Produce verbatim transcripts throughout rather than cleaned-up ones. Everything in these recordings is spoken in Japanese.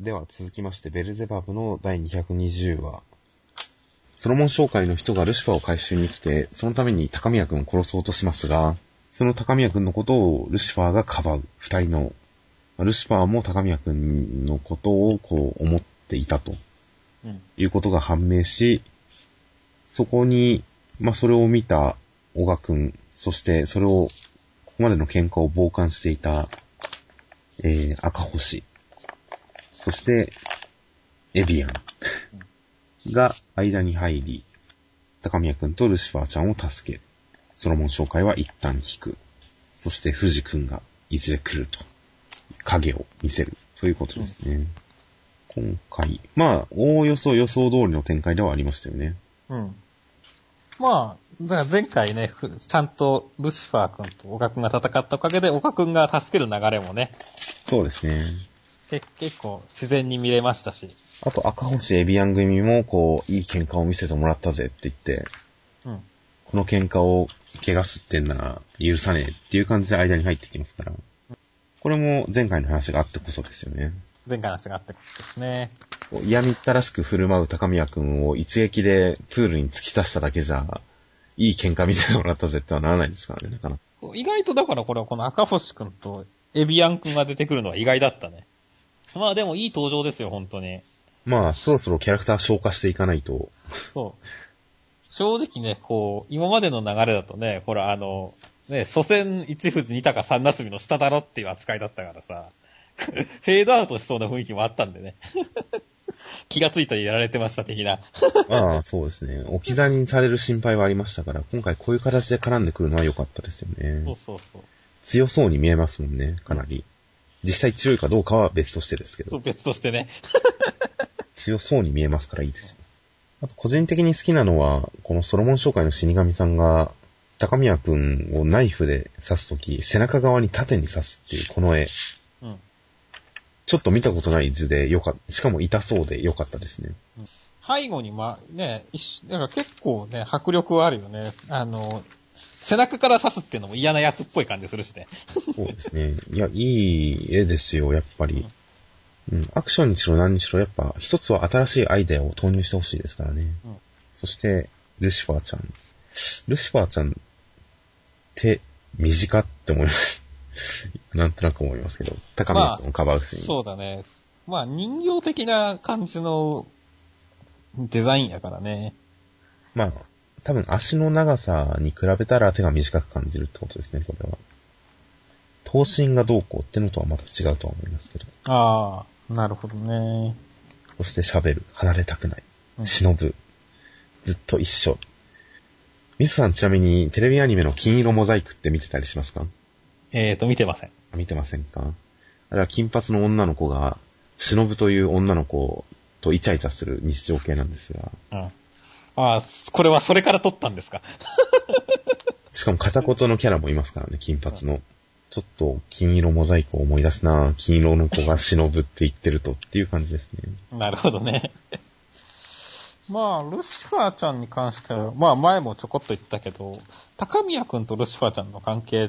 では続きまして、ベルゼバブのだいにひゃくにじゅうわ。ソロモン商会の人がルシファーを回収に来て、そのために高宮君を殺そうとしますが、その高宮君のことをルシファーがかばう。二人の、ルシファーも高宮君のことをこう思っていたと、うん、いうことが判明し、そこに、まあ、それを見た小賀君、そしてそれを、ここまでの喧嘩を傍観していた、えー、赤星、そして、エビアンが間に入り、高宮君とルシファーちゃんを助ける。ソロモン商会は一旦引く。そして藤君がいずれ来ると。影を見せる。ということですね。うん、今回、まあ、おおよそ予想通りの展開ではありましたよね。 うん。まあ、だから前回ね、ちゃんとルシファー君と岡君が戦ったおかげで、岡君が助ける流れもね。 そうですね。 け結構自然に見れましたし。 あと赤星エビアン組もこう、いい喧嘩を見せてもらったぜって言って、うん、この喧嘩を怪我すってんなら許さねえっていう感じで間に入ってきますから。これも前回の話があってこそですよね。 前回の話があってこそですね。 嫌みったらしく振る舞う高宮くんを一撃でプールに突き刺しただけじゃ、いい喧嘩見せてもらったぜってはならないですからね、なかなか。 意外とだからこれはこの赤星くんとエビアンくんが出てくるのは意外だったね。まあでもいい登場ですよ、本当に。 まあ、そろそろキャラクター消化していかないと。 そう。正直ね、こう、今までの流れだとね、ほらあの、ね、初戦一富士二鷹三なすびの下だろっていう扱いだったからさ、フェードアウトしそうな雰囲気もあったんでね。気がついたらやられてました的な。 ああ、そうですね。置き去りにされる心配はありましたから、今回こういう形で絡んでくるのは良かったですよね。 そうそうそう。 強そうに見えますもんね、かなり。実際強いかどうかは別としてですけど。 そう、別としてね。 強そうに見えますからいいですよ。あと個人的に好きなのは、このソロモン商会の死神さんが、高宮くんをナイフで刺すとき、背中側に縦に刺すっていうこの絵。うん。ちょっと見たことない図でよかった。しかも痛そうでよかったですね。 うん、背後にま、ね、だから結構ね、迫力はあるよね。あの、背中から刺すっていうのも嫌なやつっぽい感じするしね。 そうですね。いや、いい絵ですよ、やっぱり。うん、うん、アクションにしろ何にしろ、やっぱ一つは新しいアイデアを投入してほしいですからね。うん、そして、ルシファーちゃん。ルシファーちゃんって短って思います。なんとなく思いますけど。高宮君をかばうくせに、 まあ。そうだね。まあ人形的な感じのデザインやからね。 まあ、多分足の長さに比べたら手が短く感じるってことですね、これは。頭身がどうこうってのとはまた違うとは思いますけど。 ああ、なるほどね。 そして喋る。離れたくない。忍ぶ。ずっと一緒。ミスさんちなみにテレビアニメの金色モザイクって見てたりしますか？ えーと、見てません。 見てませんか？あれは金髪の女の子が、忍という女の子とイチャイチャする日常系なんですが。 うん、ああ、これはそれから撮ったんですか？ しかも片言のキャラもいますからね、金髪の。ちょっと金色モザイクを思い出すな。金色の子が忍って言ってるとっていう感じですね。 なるほどね。まあ、ルシファーちゃんに関しては、まあ前もちょこっと言ったけど、高宮くんとルシファーちゃんの関係って、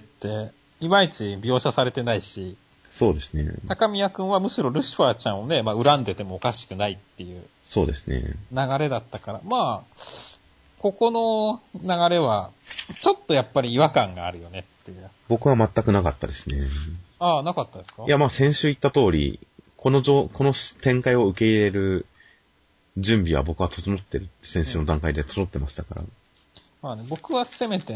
いまいち描写されてないし、 そうですね。 高宮くんはむしろルシファーちゃんをね、まあ恨んでてもおかしくないっていう。 そうですね。 流れだったから、まあ、ここの流れは、ちょっとやっぱり違和感があるよねっていう。 僕は全くなかったですね。 ああ、なかったですか？ いや、まあ先週言った通り、この上、この展開を受け入れる準備は僕は整ってるって先週の段階で整ってましたから。うん、 まあね、僕はせめて、うん、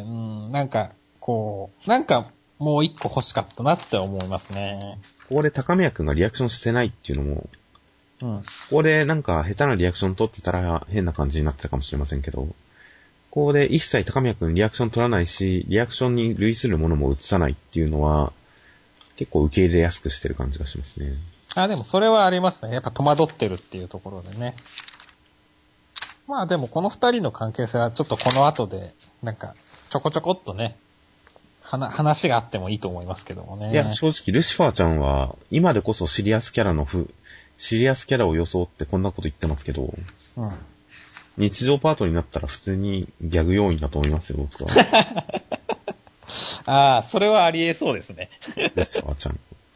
なんか、こう、なんかもう一個欲しかったなって思いますね。 ここで高宮くんがリアクションしてないっていうのも、うん、ここでなんか下手なリアクション取ってたら変な感じになってたかもしれませんけど、ここで一切高宮くんリアクション取らないし、リアクションに類するものも映さないっていうのは、結構受け入れやすくしてる感じがしますね。 あ、でもそれはありますね。やっぱ戸惑ってるっていうところでね。まあでもこの二人の関係性はちょっとこの後で、なんか、ちょこちょこっとね、は話があってもいいと思いますけどもね。 いや、正直ルシファーちゃんは、今でこそシリアスキャラのふ、シリアスキャラを装ってこんなこと言ってますけど、うん、日常パートになったら普通にギャグ要因だと思いますよ、僕は。 ああ、それはあり得そうですね。 ルシファーちゃん。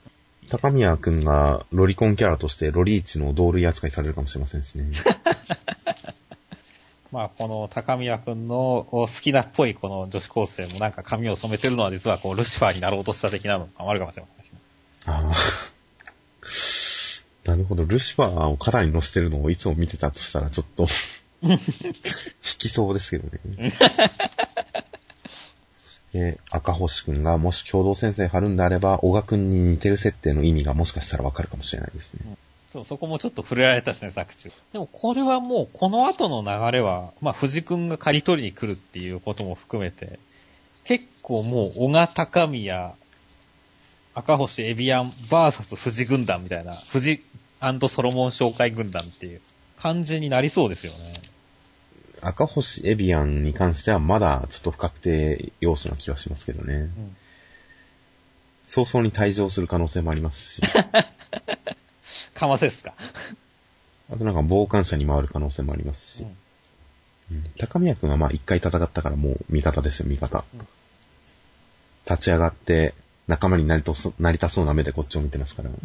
高宮くんがロリコンキャラとしてロリーチの同類扱いされるかもしれませんしね。 まあ、この高宮くんの好きなっぽいこの女子高生もなんか髪を染めてるのは実はこうルシファーになろうとした的なのもあるかもしれませんしね。 ああ。なるほど。ルシファーを肩に乗せてるのをいつも見てたとしたらちょっと引きそうですけどね。で、赤星くんがもし共同戦線張るんであれば、小賀くんに似てる設定の意味がもしかしたらわかるかもしれないですね。うん、 そう、そこもちょっと触れられたしね、作中。でもこれはもう、この後の流れは、まあ、藤くんが刈り取りに来るっていうことも含めて、結構もう、小賀高宮、赤星エビアン、バーサス藤軍団みたいな、藤&ソロモン紹介軍団っていう感じになりそうですよね。 赤星エビアンに関してはまだちょっと不確定要素な気がしますけどね。うん、早々に退場する可能性もありますし。 かませっすか。 あとなんか傍観者に回る可能性もありますし。うんうん、高宮くんはまあ一回戦ったからもう味方ですよ、味方。うん、立ち上がって仲間になりとそなりたそうな目でこっちを見てますから。うん、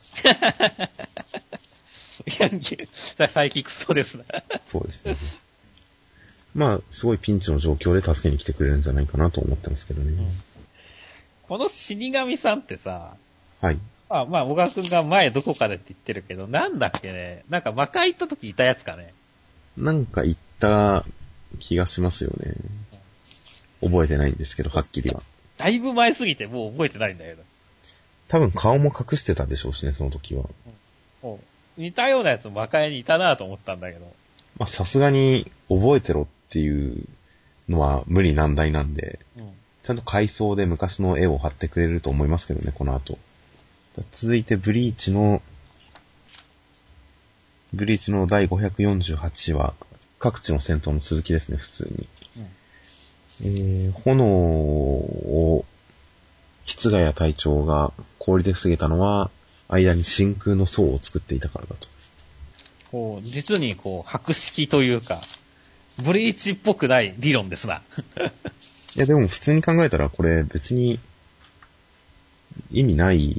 いや、サイキクソですね。 そうですね。まあ、すごいピンチの状況で助けに来てくれるんじゃないかなと思ってますけどね。うん、 この死神さんってさ、 はい。 まあ、まあ、小川くんが前どこかでって言ってるけど、なんだっけね、なんか魔界行った時いたやつかね。 なんか言った気がしますよね。覚えてないんですけど、はっきりは。 だいぶ前すぎてもう覚えてないんだけど。 多分顔も隠してたでしょうしね、その時は。 うん、似たようなやつ魔界にいたなと思ったんだけど。 まあ、さすがに覚えてろっていうのは無理難題なんで、うん、ちゃんと回想で昔の絵を貼ってくれると思いますけどね、この後。続いてブリーチの、ブリーチのだいごひゃくよんじゅうはちわ、各地の戦闘の続きですね、普通に。うん、えー、炎を、筆ヶ谷隊長が氷で防げたのは、間に真空の層を作っていたからだと。 こう、実にこう、博識というか、ブリーチっぽくない理論ですな。 いやでも普通に考えたらこれ別に意味ない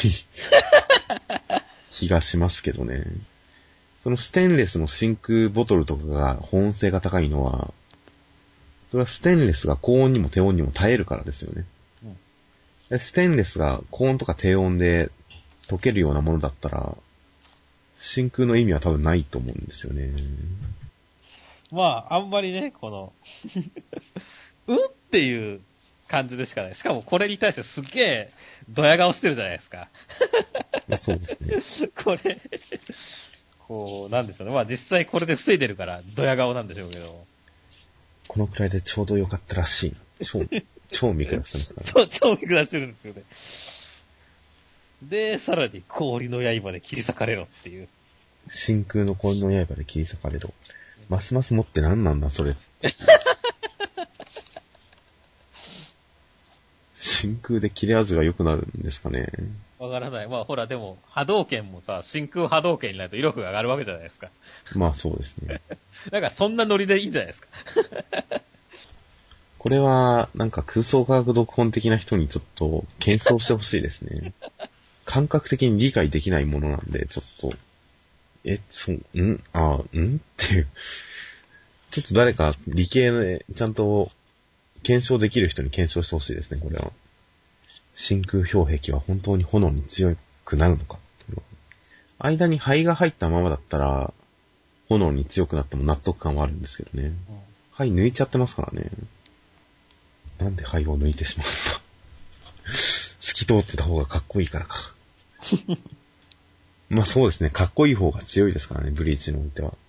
気がしますけどね。そのステンレスの真空ボトルとかが保温性が高いのは、それはステンレスが高温にも低温にも耐えるからですよね。うん、ステンレスが高温とか低温で溶けるようなものだったら、真空の意味は多分ないと思うんですよね。 まあ、あんまりね、この、うんっていう感じでしかない。しかもこれに対してすっげえドヤ顔してるじゃないですか。 まあ、そうですね。 これ、こう、なんでしょうね。まあ実際これで防いでるからドヤ顔なんでしょうけど。 このくらいでちょうど良かったらしいな。超、超見下してますから、ね。 そう、超見下してるんですよね。で、さらに氷の刃で切り裂かれろっていう。 真空の氷の刃で切り裂かれろ。ますます持って何なんだそれ。真空で切れ味が良くなるんですかね。 わからない。まあほらでも波動拳もさ、真空波動拳になると威力が上がるわけじゃないですか。 まあそうですね。 だからそんなノリでいいんじゃないですか。 これはなんか空想科学読本的な人にちょっと検証してほしいですね。感覚的に理解できないものなんでちょっと。え、そう、んあ、んっていう。ちょっと誰か理系でちゃんと検証できる人に検証してほしいですね、これは。真空氷壁は本当に炎に強くなるのかっていう。間に灰が入ったままだったら、炎に強くなっても納得感はあるんですけどね。灰抜いちゃってますからね。なんで灰を抜いてしまうんだ。透き通ってた方がかっこいいからか。まあそうですね。かっこいい方が強いですからね、ブリーチにおいては。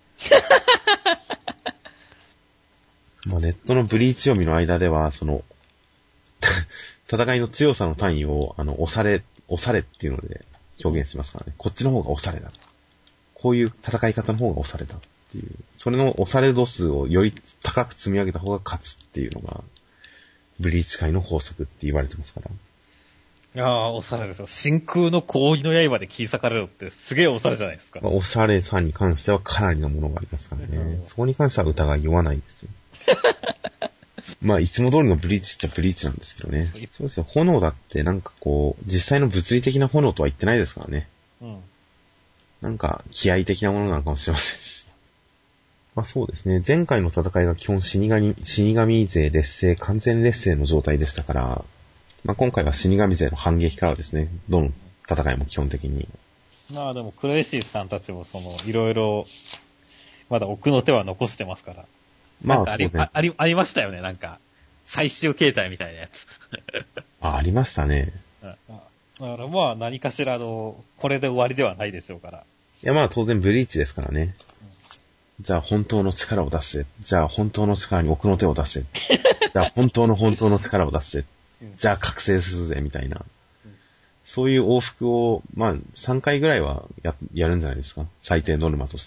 まあネットのブリーチ読みの間では、その、戦いの強さの単位を、あの、押され、押されっていうので表現しますからね。こっちの方が押されだ。こういう戦い方の方が押されだっていう。それの押され度数をより高く積み上げた方が勝つっていうのが、ブリーチ界の法則って言われてますから。 いやー、おしゃれですよ。真空の氷の刃で切り裂かれるってすげえおしゃれじゃないですか。 まあ、おしゃれさんに関してはかなりのものがありますからね。うん、そこに関しては疑いよわないですよ。 まあ、いつも通りのブリーチっちゃブリーチなんですけどね。そうですよ。炎だってなんかこう、実際の物理的な炎とは言ってないですからね。 うん。 なんか、気合的なものなのかもしれませんし。まあそうですね。前回の戦いが基本死神、死神勢劣勢、完全劣勢の状態でしたから、まあ今回は死神勢の反撃からですね。どの戦いも基本的に。 まあでも、クレイシーさんたちもその、いろいろ、まだ奥の手は残してますから。 まあ、 なんかあり、ああり、ありましたよね、なんか。最終形態みたいなやつ。 あ、ありましたね。 だからまあ、何かしらの、これで終わりではないでしょうから。 いやまあ当然ブリーチですからね。うん、じゃあ本当の力を出せ。じゃあ本当の力に奥の手を出せ。じゃあ本当の本当の力を出せ。じゃあ覚醒するぜ、みたいな。そういう往復を、まあさんかいぐらいはや、やるんじゃないですか。最低ノルマとして。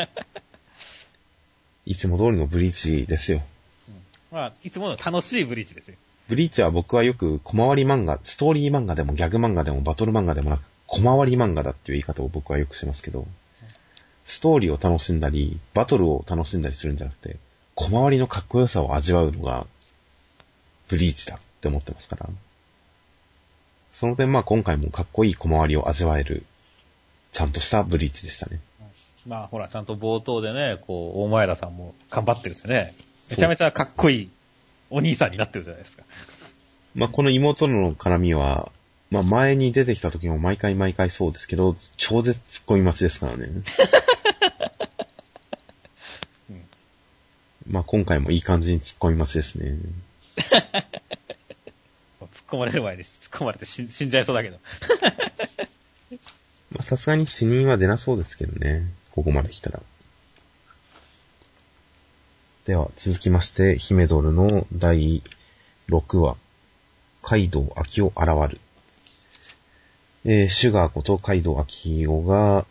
いつも通りのブリーチですよ。 うん、まあ、いつもの楽しいブリーチですよ。 ブリーチは僕はよく小回り漫画、ストーリー漫画でもギャグ漫画でもバトル漫画でもなく、小回り漫画だっていう言い方を僕はよくしますけど、ストーリーを楽しんだり、バトルを楽しんだりするんじゃなくて、小回りのかっこよさを味わうのが、ブリーチだって思ってますから。その点まあ今回もかっこいい小回りを味わえる、ちゃんとしたブリーチでしたね。 まあほら、ちゃんと冒頭でね、こう、大前田さんも頑張ってるしね。めちゃめちゃかっこいいお兄さんになってるじゃないですか。 まあこの妹の絡みは、まあ前に出てきた時も毎回毎回そうですけど、超絶突っ込み待ちですからね。うん、まあ今回もいい感じに突っ込み待ちですね。 突っ込まれる前に突っ込まれて死ん、死んじゃいそうだけど。 まあさすがに死人は出なそうですけどね。ここまで来たら。では続きまして、ヒメドルのだいろくわ、カイドウアキオ現る。えー、シュガーことカイドウアキオが、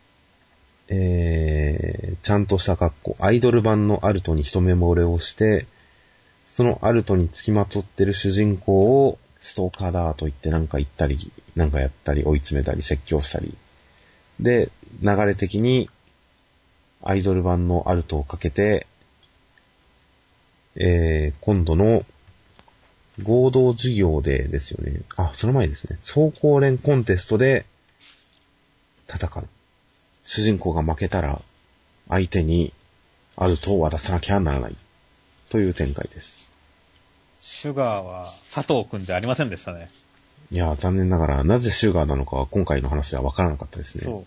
えー、ちゃんとした格好、アイドル版のアルトに一目惚れをして、そのアルトに付きまとってる主人公をストーカーだと言ってなんか言ったり、なんかやったり追い詰めたり説教したり。で、流れ的にアイドル版のアルトをかけて、えー、今度の合同授業でですよね。あ、その前ですね。総合連コンテストで戦う。主人公が負けたら相手にアルトを渡さなきゃならないという展開です。 シュガーは佐藤くんじゃありませんでしたね。 いや、残念ながらなぜシュガーなのかは今回の話では分からなかったですね。 そう。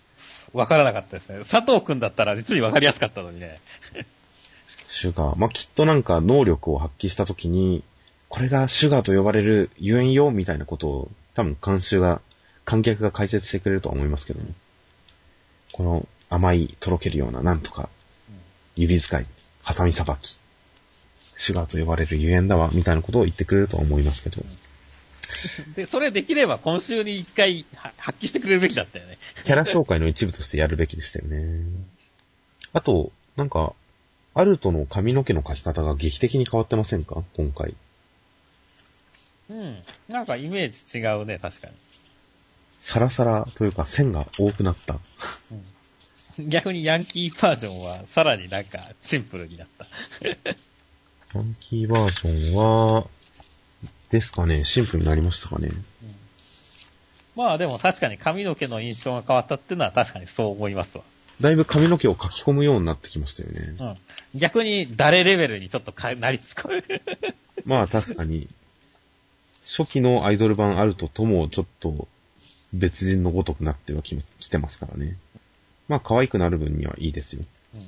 分からなかったですね。佐藤くんだったら実に分かりやすかったのにね。 シュガー。まあ、きっとなんか能力を発揮したときに、これがシュガーと呼ばれるゆえんよ、みたいなことを、多分監修が、観客が解説してくれるとは思いますけどね。この甘い、とろけるような、なんとか、指使い、ハサミさばき、シュガーと呼ばれるゆえんだわ、みたいなことを言ってくれるとは思いますけど。 で、それできれば今週に一回発揮してくれるべきだったよね。 キャラ紹介の一部としてやるべきでしたよね。あと、なんか、アルトの髪の毛の描き方が劇的に変わってませんか今回。 うん。なんかイメージ違うね、確かに。 サラサラというか線が多くなった。 うん、逆にヤンキーバージョンはさらになんかシンプルになった。 ヤンキーバージョンは、ですかね、シンプルになりましたかね。うん、 まあでも確かに髪の毛の印象が変わったっていうのは確かにそう思いますわ。 だいぶ髪の毛を書き込むようになってきましたよね。 うん。逆に誰レベルにちょっとかなりつこい。 まあ確かに、初期のアイドル版アルトともちょっと別人のごとくなってはきてますからね。まあ可愛くなる分にはいいですよ。 うん、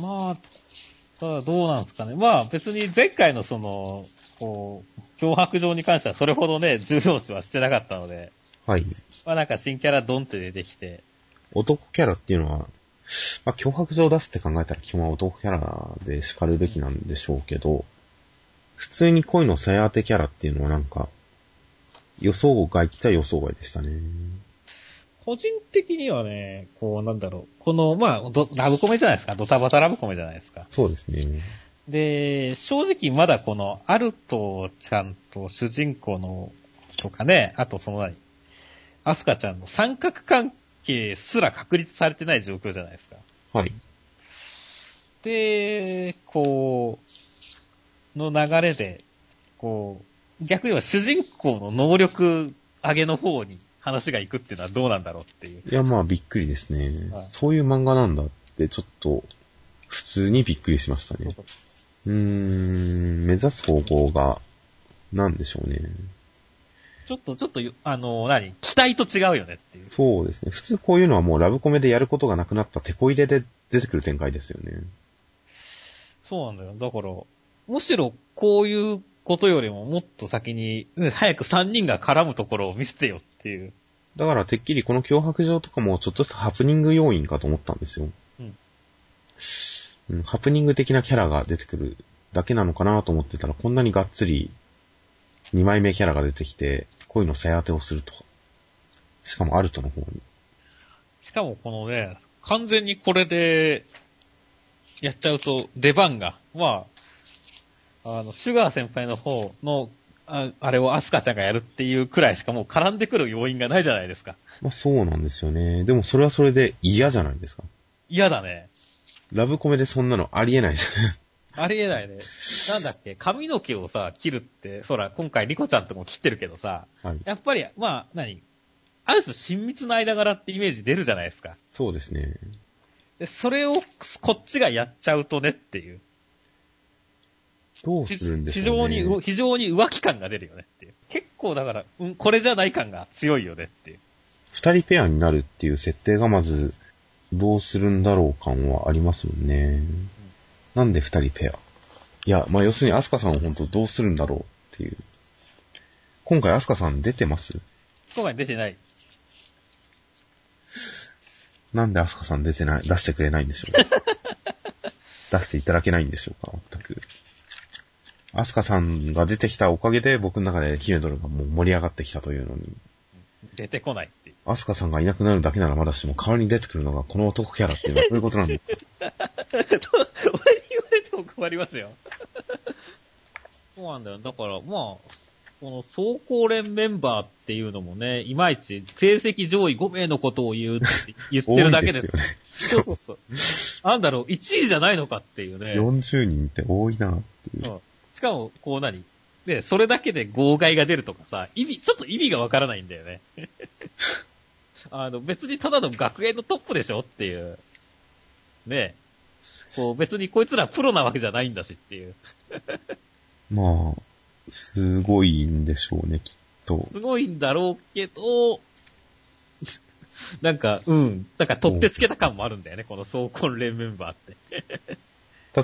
まあ、ただどうなんですかね。まあ別に前回のその、こう、脅迫状に関してはそれほどね、重要視はしてなかったので。 はい。 まあなんか新キャラドンって出てきて。 男キャラっていうのは、まあ、脅迫状を出すって考えたら基本は男キャラで叱るべきなんでしょうけど、普通に恋のさや当てキャラっていうのはなんか、予想外来た予想外でしたね。 個人的にはね、こうなんだろう、この、まあ、ラブコメじゃないですか、ドタバタラブコメじゃないですか。 そうですね。 で、正直まだこの、アルトちゃんと主人公の、とかね、あとその何、アスカちゃんの三角関係すら確立されてない状況じゃないですか。 はい。 で、こう、 の流れで、こう、逆には主人公の能力上げの方に話が行くっていうのはどうなんだろうっていう。 いや、まあびっくりですね。 はい、 そういう漫画なんだってちょっと普通にびっくりしましたね。そうそう。うーん、目指す方向がなんでしょうね。 ちょっと、ちょっと、あの、何期待と違うよねっていう。 そうですね。普通こういうのはもうラブコメでやることがなくなった手こ入れで出てくる展開ですよね。 そうなんだよ。だから、むしろこういうことよりももっと先に、ね、早くさんにんが絡むところを見せてよっていう。 だからてっきりこの脅迫状とかもちょっとしたハプニング要因かと思ったんですよ。うん。うん、ハプニング的なキャラが出てくるだけなのかなと思ってたら、こんなにがっつりにまいめキャラが出てきて、こういうのさや当てをすると。しかもアルトの方に。 しかもこのね、完全にこれで、やっちゃうと出番が、まあ、あの、シュガー先輩の方の、あ, あれをアスカちゃんがやるっていうくらいしかもう絡んでくる要因がないじゃないですか。 まあそうなんですよね。でもそれはそれで嫌じゃないですか。 嫌だね。 ラブコメでそんなのありえないですね。 ありえないね。なんだっけ、髪の毛をさ、切るって、そら、今回リコちゃんとも切ってるけどさ、はい、やっぱり、まあ、何ある種親密な間柄ってイメージ出るじゃないですか。 そうですね。 で、それをこっちがやっちゃうとねっていう。 どうするんでしょうね。 非常に、非常に浮気感が出るよねっていう。結構だから、うん、これじゃない感が強いよねっていう。 二人ペアになるっていう設定がまず、どうするんだろう感はありますもんね。うん、なんで二人ペア？いや、まあ要するにアスカさんを本当どうするんだろうっていう。今回アスカさん出てます？ 今回出てない。 なんでアスカさん出てない、出してくれないんでしょう出していただけないんでしょうか全く。アスカさんが出てきたおかげで僕の中でヒメドルがもう盛り上がってきたというのに。 出てこないっていう。 アスカさんがいなくなるだけならまだしも代わりに出てくるのがこの男キャラっていうのはそういうことなんですか俺に言われても困りますよ。そうなんだよ。だから、まあ、この総合連メンバーっていうのもね、いまいち成績上位ご名のことを言うって言ってるだけで。 多いですよね。 そうそうそう。なんだろう、いちいじゃないのかっていうね。 よんじゅうにんって多いなっていう。 うん、しかも、こう何で、それだけで号外が出るとかさ、意味、ちょっと意味がわからないんだよね。あの、別にただの学園のトップでしょっていう。ねえ。こう、別にこいつらプロなわけじゃないんだしっていう。 まあ、すごいんでしょうね、きっと。 すごいんだろうけど、なんか、うん。なんか取ってつけた感もあるんだよね、この総婚連メンバーって。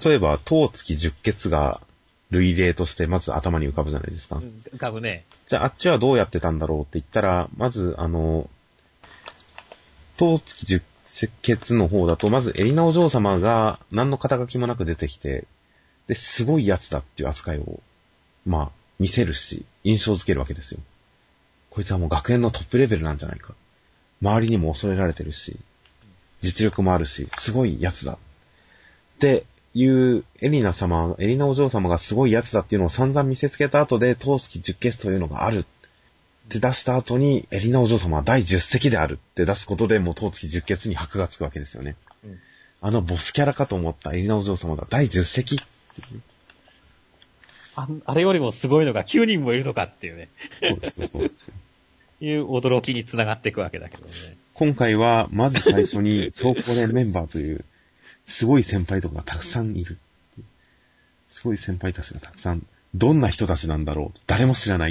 例えば、当月十欠が類例としてまず頭に浮かぶじゃないですか。うん、 浮かぶね。 じゃあ、あっちはどうやってたんだろうって言ったら、まず、あの、当月十欠の方だと、まずエリナお嬢様が何の肩書きもなく出てきて、で、すごいやつだっていう扱いを、まあ、見せるし、印象づけるわけですよ。こいつはもう学園のトップレベルなんじゃないか。周りにも恐れられてるし、実力もあるし、すごいやつだ。っていうエリナ様、エリナお嬢様がすごいやつだっていうのを散々見せつけた後で、当月十欠というのがあるって出した後に、エリナお嬢様は第十席であるって出すことで、もう当月十欠に箔がつくわけですよね。うん、あのボスキャラかと思ったエリナお嬢様が第十席っていう。 あ, あれよりもすごいのがきゅうにんもいるのかっていうね。 そうです、そうです。 いう驚きにつながっていくわけだけどね。 今回は、まず最初に、総合連メンバーという、すごい先輩とかがたくさんいる。すごい先輩たちがたくさん、どんな人たちなんだろう。誰も知らない。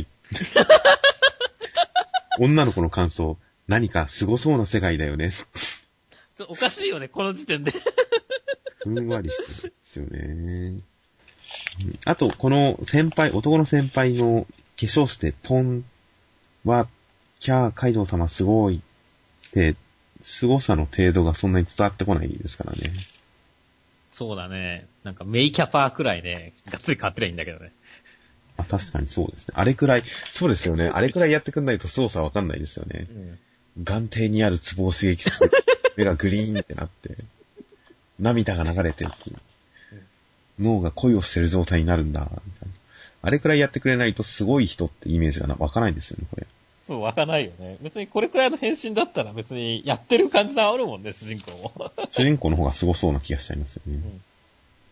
女の子の感想、何か凄そうな世界だよね。 ちょおかしいよね、この時点で。 ふんわりしてるんですよね。あと、この先輩、男の先輩の化粧してポンは、キャー、カイドウ様すごいって、凄さの程度がそんなに伝わってこないですからね。 そうだね。なんかメイキャパーくらいね、がっつり変わってりゃいいんだけどね。 あ、確かにそうですね。あれくらい、そうですよね。あれくらいやってくんないと凄さわかんないですよね。うん、眼底にあるツボを刺激する。目がグリーンってなって、涙が流れてるっていう。脳が恋をしてる状態になるんだ、みたいな。あれくらいやってくれないとすごい人ってイメージが湧かないですよね、これ。 そう、湧かないよね。別にこれくらいの変身だったら別にやってる感じがあるもんね、主人公も。 主人公の方がすごそうな気がしちゃいますよね。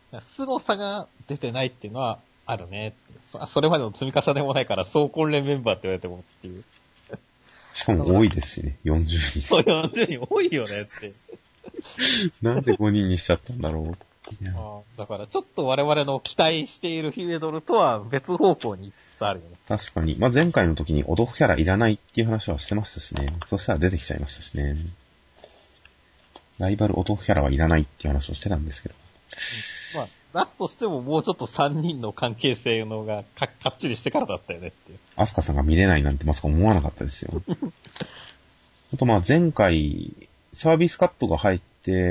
凄さが出てないっていうのはあるね。そ, それまでの積み重ねもないから、総訓練メンバーって言われてもっていう。 しかも多いですしね、よんじゅうにん。 そう、よんじゅうにん多いよねって。 なんでごにんにしちゃったんだろう。 あだからちょっと我々の期待しているヒメドルとは別方向に行きつつあるよね。 確かに。まあ、前回の時に男キャラいらないっていう話はしてましたしね。そしたら出てきちゃいましたしね。ライバル男キャラはいらないっていう話をしてたんですけど。 うん、まあ、出すとしてももうちょっとさんにんの関係性のが か, かっちりしてからだったよねっていう。 アスカさんが見れないなんてまさか思わなかったですよ。あとまあ前回、サービスカットが入って、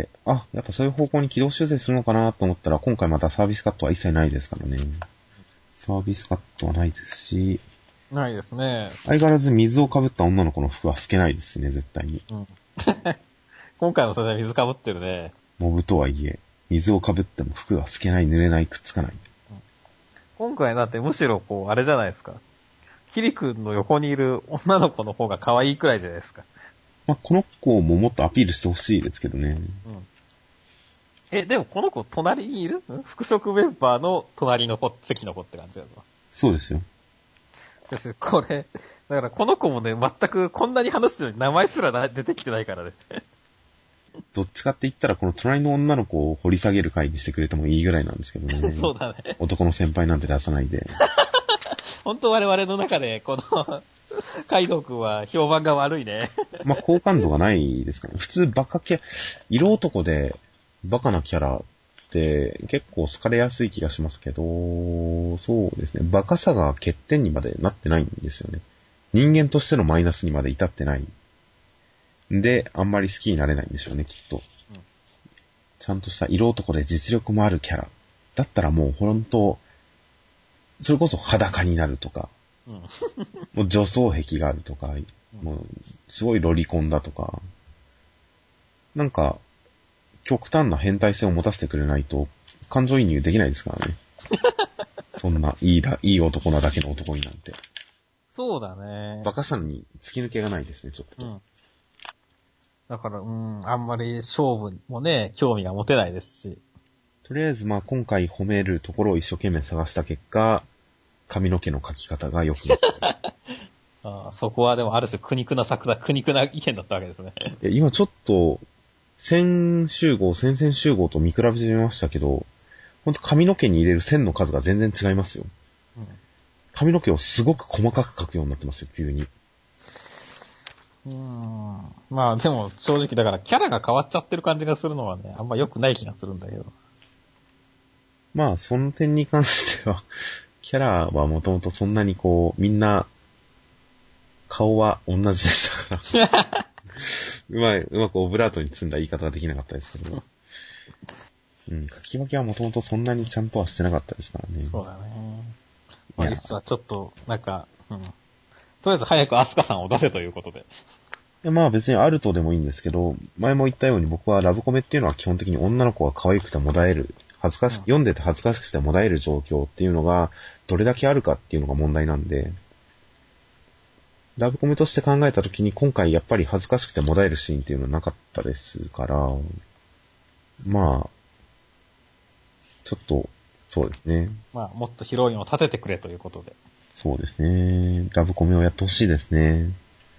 あ、やっぱそういう方向に軌道修正するのかなと思ったら、今回またサービスカットは一切ないですからね。サービスカットはないですし、 ないですね。 相変わらず水をかぶった女の子の服は透けないですね、絶対に。 うん、今回もそれで水かぶってるね。 モブとはいえ、水をかぶっても服が透けない、濡れない、くっつかない。 うん、今回だってむしろこう、あれじゃないですか。キリ君の横にいる女の子の方が可愛いくらいじゃないですか。 まあ、この子ももっとアピールしてほしいですけどね。 うん。え、でもこの子隣にいる？副職メンバーの隣の子、席の子って感じだぞ。 そうですよ。 よし、これ、だからこの子もね、全くこんなに話してるのに名前すら出てきてないからね。 どっちかって言ったらこの隣の女の子を掘り下げる回にしてくれてもいいぐらいなんですけどね。 そうだね。 男の先輩なんて出さないで。 本当我々の中で、この、カイドウ君は評判が悪いね。 まあ、好感度がないですかね。普通バカキャラ、色男でバカなキャラって結構好かれやすい気がしますけど、そうですね。バカさが欠点にまでなってないんですよね。人間としてのマイナスにまで至ってない。で、あんまり好きになれないんでしょうね、きっと。うん、ちゃんとした色男で実力もあるキャラ。だったらもうほんと、それこそ裸になるとか、うん、もう女装癖があるとか、もうすごいロリコンだとか、なんか、極端な変態性を持たせてくれないと、感情移入できないですからね。そんな、いいだ、いい男なだけの男になんて。 そうだね。 バカさんに突き抜けがないですね、ちょっと。うん、 だから、うん、あんまり勝負もね、興味が持てないですし。 とりあえず、まあ今回褒めるところを一生懸命探した結果、髪の毛の描き方が良くなった。 ああ、そこはでもある種苦肉な作だ、苦肉な意見だったわけですね。 いや今ちょっと、先集合、先々集合と見比べてみましたけど、ほんと髪の毛に入れる線の数が全然違いますよ。うん、髪の毛をすごく細かく描くようになってますよ、急に。 うーん。まあでも正直だからキャラが変わっちゃってる感じがするのはね、あんま良くない気がするんだけど。 まあその点に関しては、キャラはもともとそんなにこう、みんな、顔は同じでしたから。うまい、うまくオブラートに包んだ言い方ができなかったですけど。うん、書き分けはもともとそんなにちゃんとはしてなかったですからね。 そうだね。まあ、実はちょっと、なんか、うん。とりあえず早くアスカさんを出せということで。 いやまあ別にあるとでもいいんですけど、前も言ったように僕はラブコメっていうのは基本的に女の子が可愛くてもだえる、恥ずかし、うん、読んでて恥ずかしくてもだえる状況っていうのが、どれだけあるかっていうのが問題なんで、ラブコメとして考えたときに今回やっぱり恥ずかしくてもだえるシーンっていうのはなかったですから、まあ、ちょっと、そうですね。 まあ、もっとヒロインを立ててくれということで。 そうですね。ラブコメをやってほしいですね。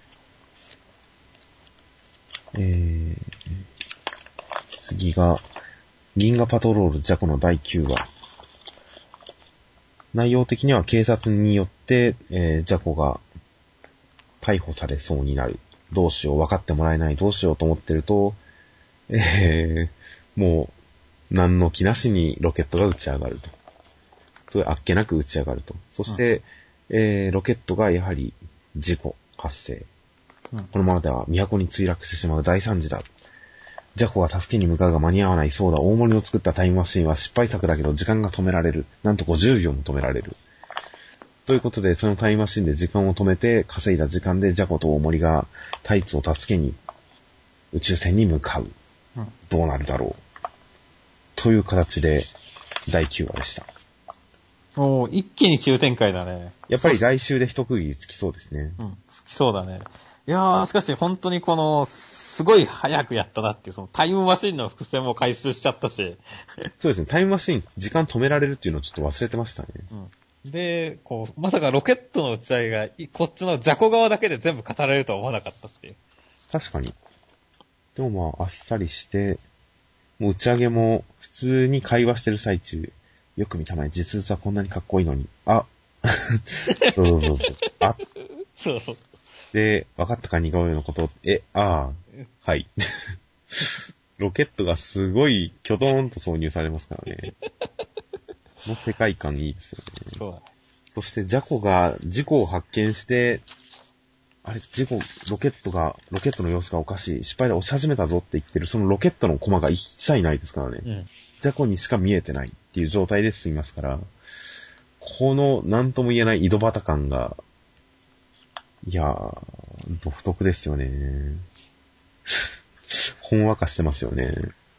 えー、次が、銀河パトロールジャコのだいきゅうわ。内容的には警察によって、えー、ジャコが逮捕されそうになる。どうしよう、分かってもらえない、どうしようと思ってると、えー、もう、何の気なしにロケットが打ち上がると。それあっけなく打ち上がると。そして、うん、えー、ロケットがやはり事故発生。うん、このままでは都に墜落してしまう大惨事だ。ジャコは助けに向かうが間に合わない。そうだ、大森の作ったタイムマシンは失敗作だけど時間が止められる。なんとごじゅうびょうも止められる。ということで、そのタイムマシンで時間を止めて、稼いだ時間でジャコと大森がタイツを助けに宇宙船に向かう。うん、どうなるだろう。という形でだいきゅうわでした。 おー、一気に急展開だね。 やっぱり来週で一区切りつきそうですね。 うん、つきそうだね。いやー、しかし本当にこの、 すごい早くやったなっていう、そのタイムマシンの伏線も回収しちゃったし。 そうですね、タイムマシン、時間止められるっていうのをちょっと忘れてましたね。 うん。で、こう、まさかロケットの打ち上げが、こっちのジャコ側だけで全部語られるとは思わなかったっていう。 確かに。でもまあ、あっさりして、もう打ち上げも普通に会話してる最中、よく見たまえ、実物はこんなにかっこいいのに、あそうそうそうそう。あそうそう。 で、分かったか似顔絵のこと、え、ああ、はい。ロケットがすごいキョドーンと挿入されますからね。この世界観いいですよね。 そうだね。 そしてジャコが事故を発見して、あれ、事故、ロケットが、ロケットの様子がおかしい、失敗で押し始めたぞって言ってる、そのロケットのコマが一切ないですからね。うん、ジャコにしか見えてないっていう状態で進みますから、この何とも言えない井戸端感が、いやー、独特ですよね。ほんわかしてますよね。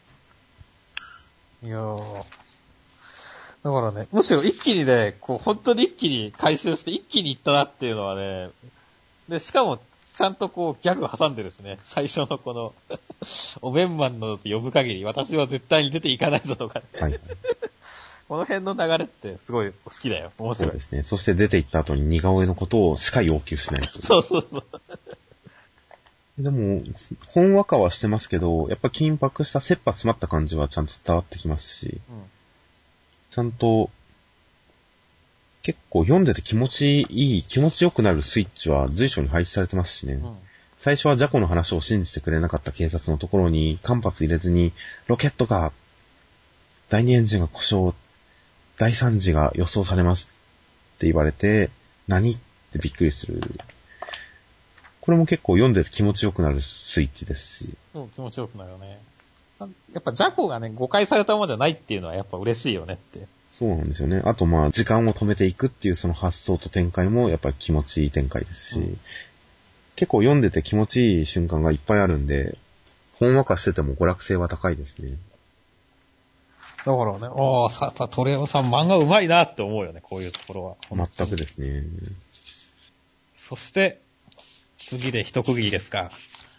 いやー。だからね、むしろ一気にね、こう、本当に一気に回収して一気に行ったなっていうのはね、で、しかも、ちゃんとこう、ギャグ挟んでるしね、最初のこの、お面マンの呼ぶ限り、私は絶対に出ていかないぞとかね。はい。この辺の流れってすごい好きだよ。面白い。 そうですね。そして出て行った後に似顔絵のことをしか要求しない。 そうそうそう。 でも、ほんわかはしてますけど、やっぱ緊迫した切羽詰まった感じはちゃんと伝わってきますし、うん、ちゃんと、結構読んでて気持ちいい、気持ちよくなるスイッチは随所に配置されてますしね。うん、最初はジャコの話を信じてくれなかった警察のところに間髪入れずに、ロケットが、第二エンジンが故障、第三次が予想されますって言われて、何ってびっくりする。これも結構読んでて気持ちよくなるスイッチですし。 そう、気持ちよくなるよね。やっぱジャコがね、誤解されたままじゃないっていうのはやっぱ嬉しいよねって。 そうなんですよね。あとまあ、時間を止めていくっていうその発想と展開もやっぱり気持ちいい展開ですし、うん、結構読んでて気持ちいい瞬間がいっぱいあるんで、ほんわかしてても娯楽性は高いですね。 だからね、ああ、さ、さ、トレオさん漫画うまいなって思うよね、こういうところは。全くですね。 そして、次で一区切りですか。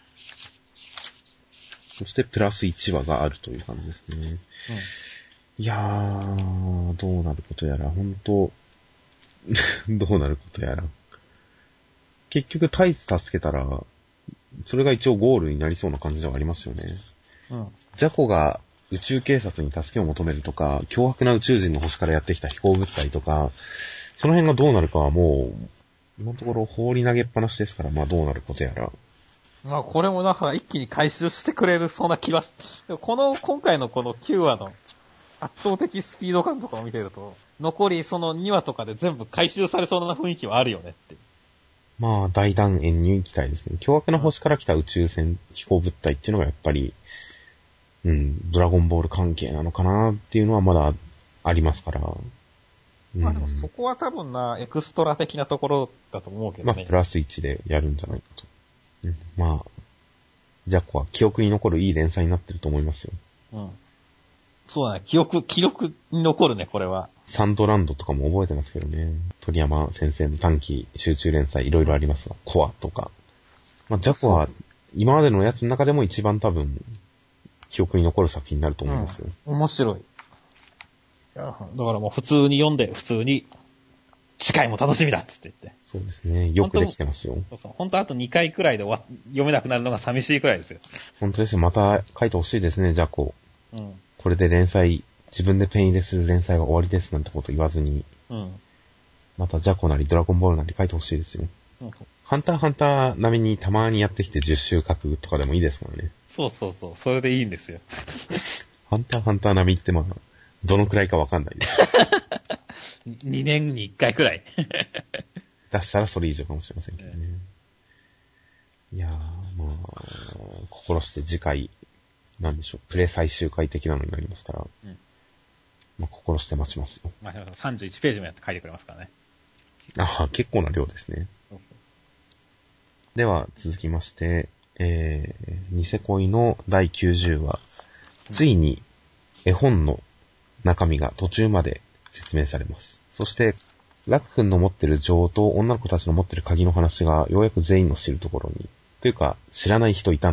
そして、プラスいちわがあるという感じですね。うん、いやー、どうなることやら、ほんと、どうなることやら。結局、タイツ助けたら、それが一応ゴールになりそうな感じではありますよね。うん、ジャコが、宇宙警察に助けを求めるとか、凶悪な宇宙人の星からやってきた飛行物体とか、その辺がどうなるかはもう、今のところ放り投げっぱなしですから、まあどうなることやら。 まあこれもなんか一気に回収してくれるそうな気はし、でもこの、今回のこのきゅうわの圧倒的スピード感とかを見てると、残りそのにわとかで全部回収されそうな雰囲気はあるよねって。 まあ大団円に行きたいですね。凶悪な星から来た宇宙船、飛行物体っていうのがやっぱり、うん、ドラゴンボール関係なのかなっていうのはまだありますから。 うん、まあでもそこは多分な、エクストラ的なところだと思うけどね。 まあプラスいちでやるんじゃないかと。うん、まあ、ジャコは記憶に残るいい連載になってると思いますよ。 うん。そうだね、記憶、記憶に残るね、これは。 サンドランドとかも覚えてますけどね。鳥山先生の短期集中連載いろいろありますが、コアとか。まあジャコは今までのやつの中でも一番多分、記憶に残る作品になると思いますよ。 うん、面白い。いや、だからもう普通に読んで、普通に、次回も楽しみだっつって言って。 そうですね。よくできてますよ。 そうそう。本当あとにかいくらいで終わ読めなくなるのが寂しいくらいですよ。 本当ですよ。また書いてほしいですね、ジャコ。うん。これで連載、自分でペン入れする連載は終わりですなんてこと言わずに。うん。またジャコなりドラゴンボールなり書いてほしいですよ。うん。ハンターハンター並みにたまにやってきてじゅっ週書くとかでもいいですからね。 そうそうそう。それでいいんですよ。 ハンターハンター並みってまあ、どのくらいかわかんないです。 にねんにいっかいくらい。 出したらそれ以上かもしれませんけどね。いやー、まあ、心して次回、なんでしょう、プレ最終回的なのになりますから、うん、まあ、心して待ちますよ。 まあ、さんじゅういちページもやって書いてくれますからね。 ああ、結構な量ですね。そうそうでは、続きまして、えー、ニセ恋のだいきゅうじゅうわ、ついに絵本の中身が途中まで説明されます。そして、ラク君の持ってる情と女の子たちの持ってる鍵の話がようやく全員の知るところに、というか知らない人いたんだっ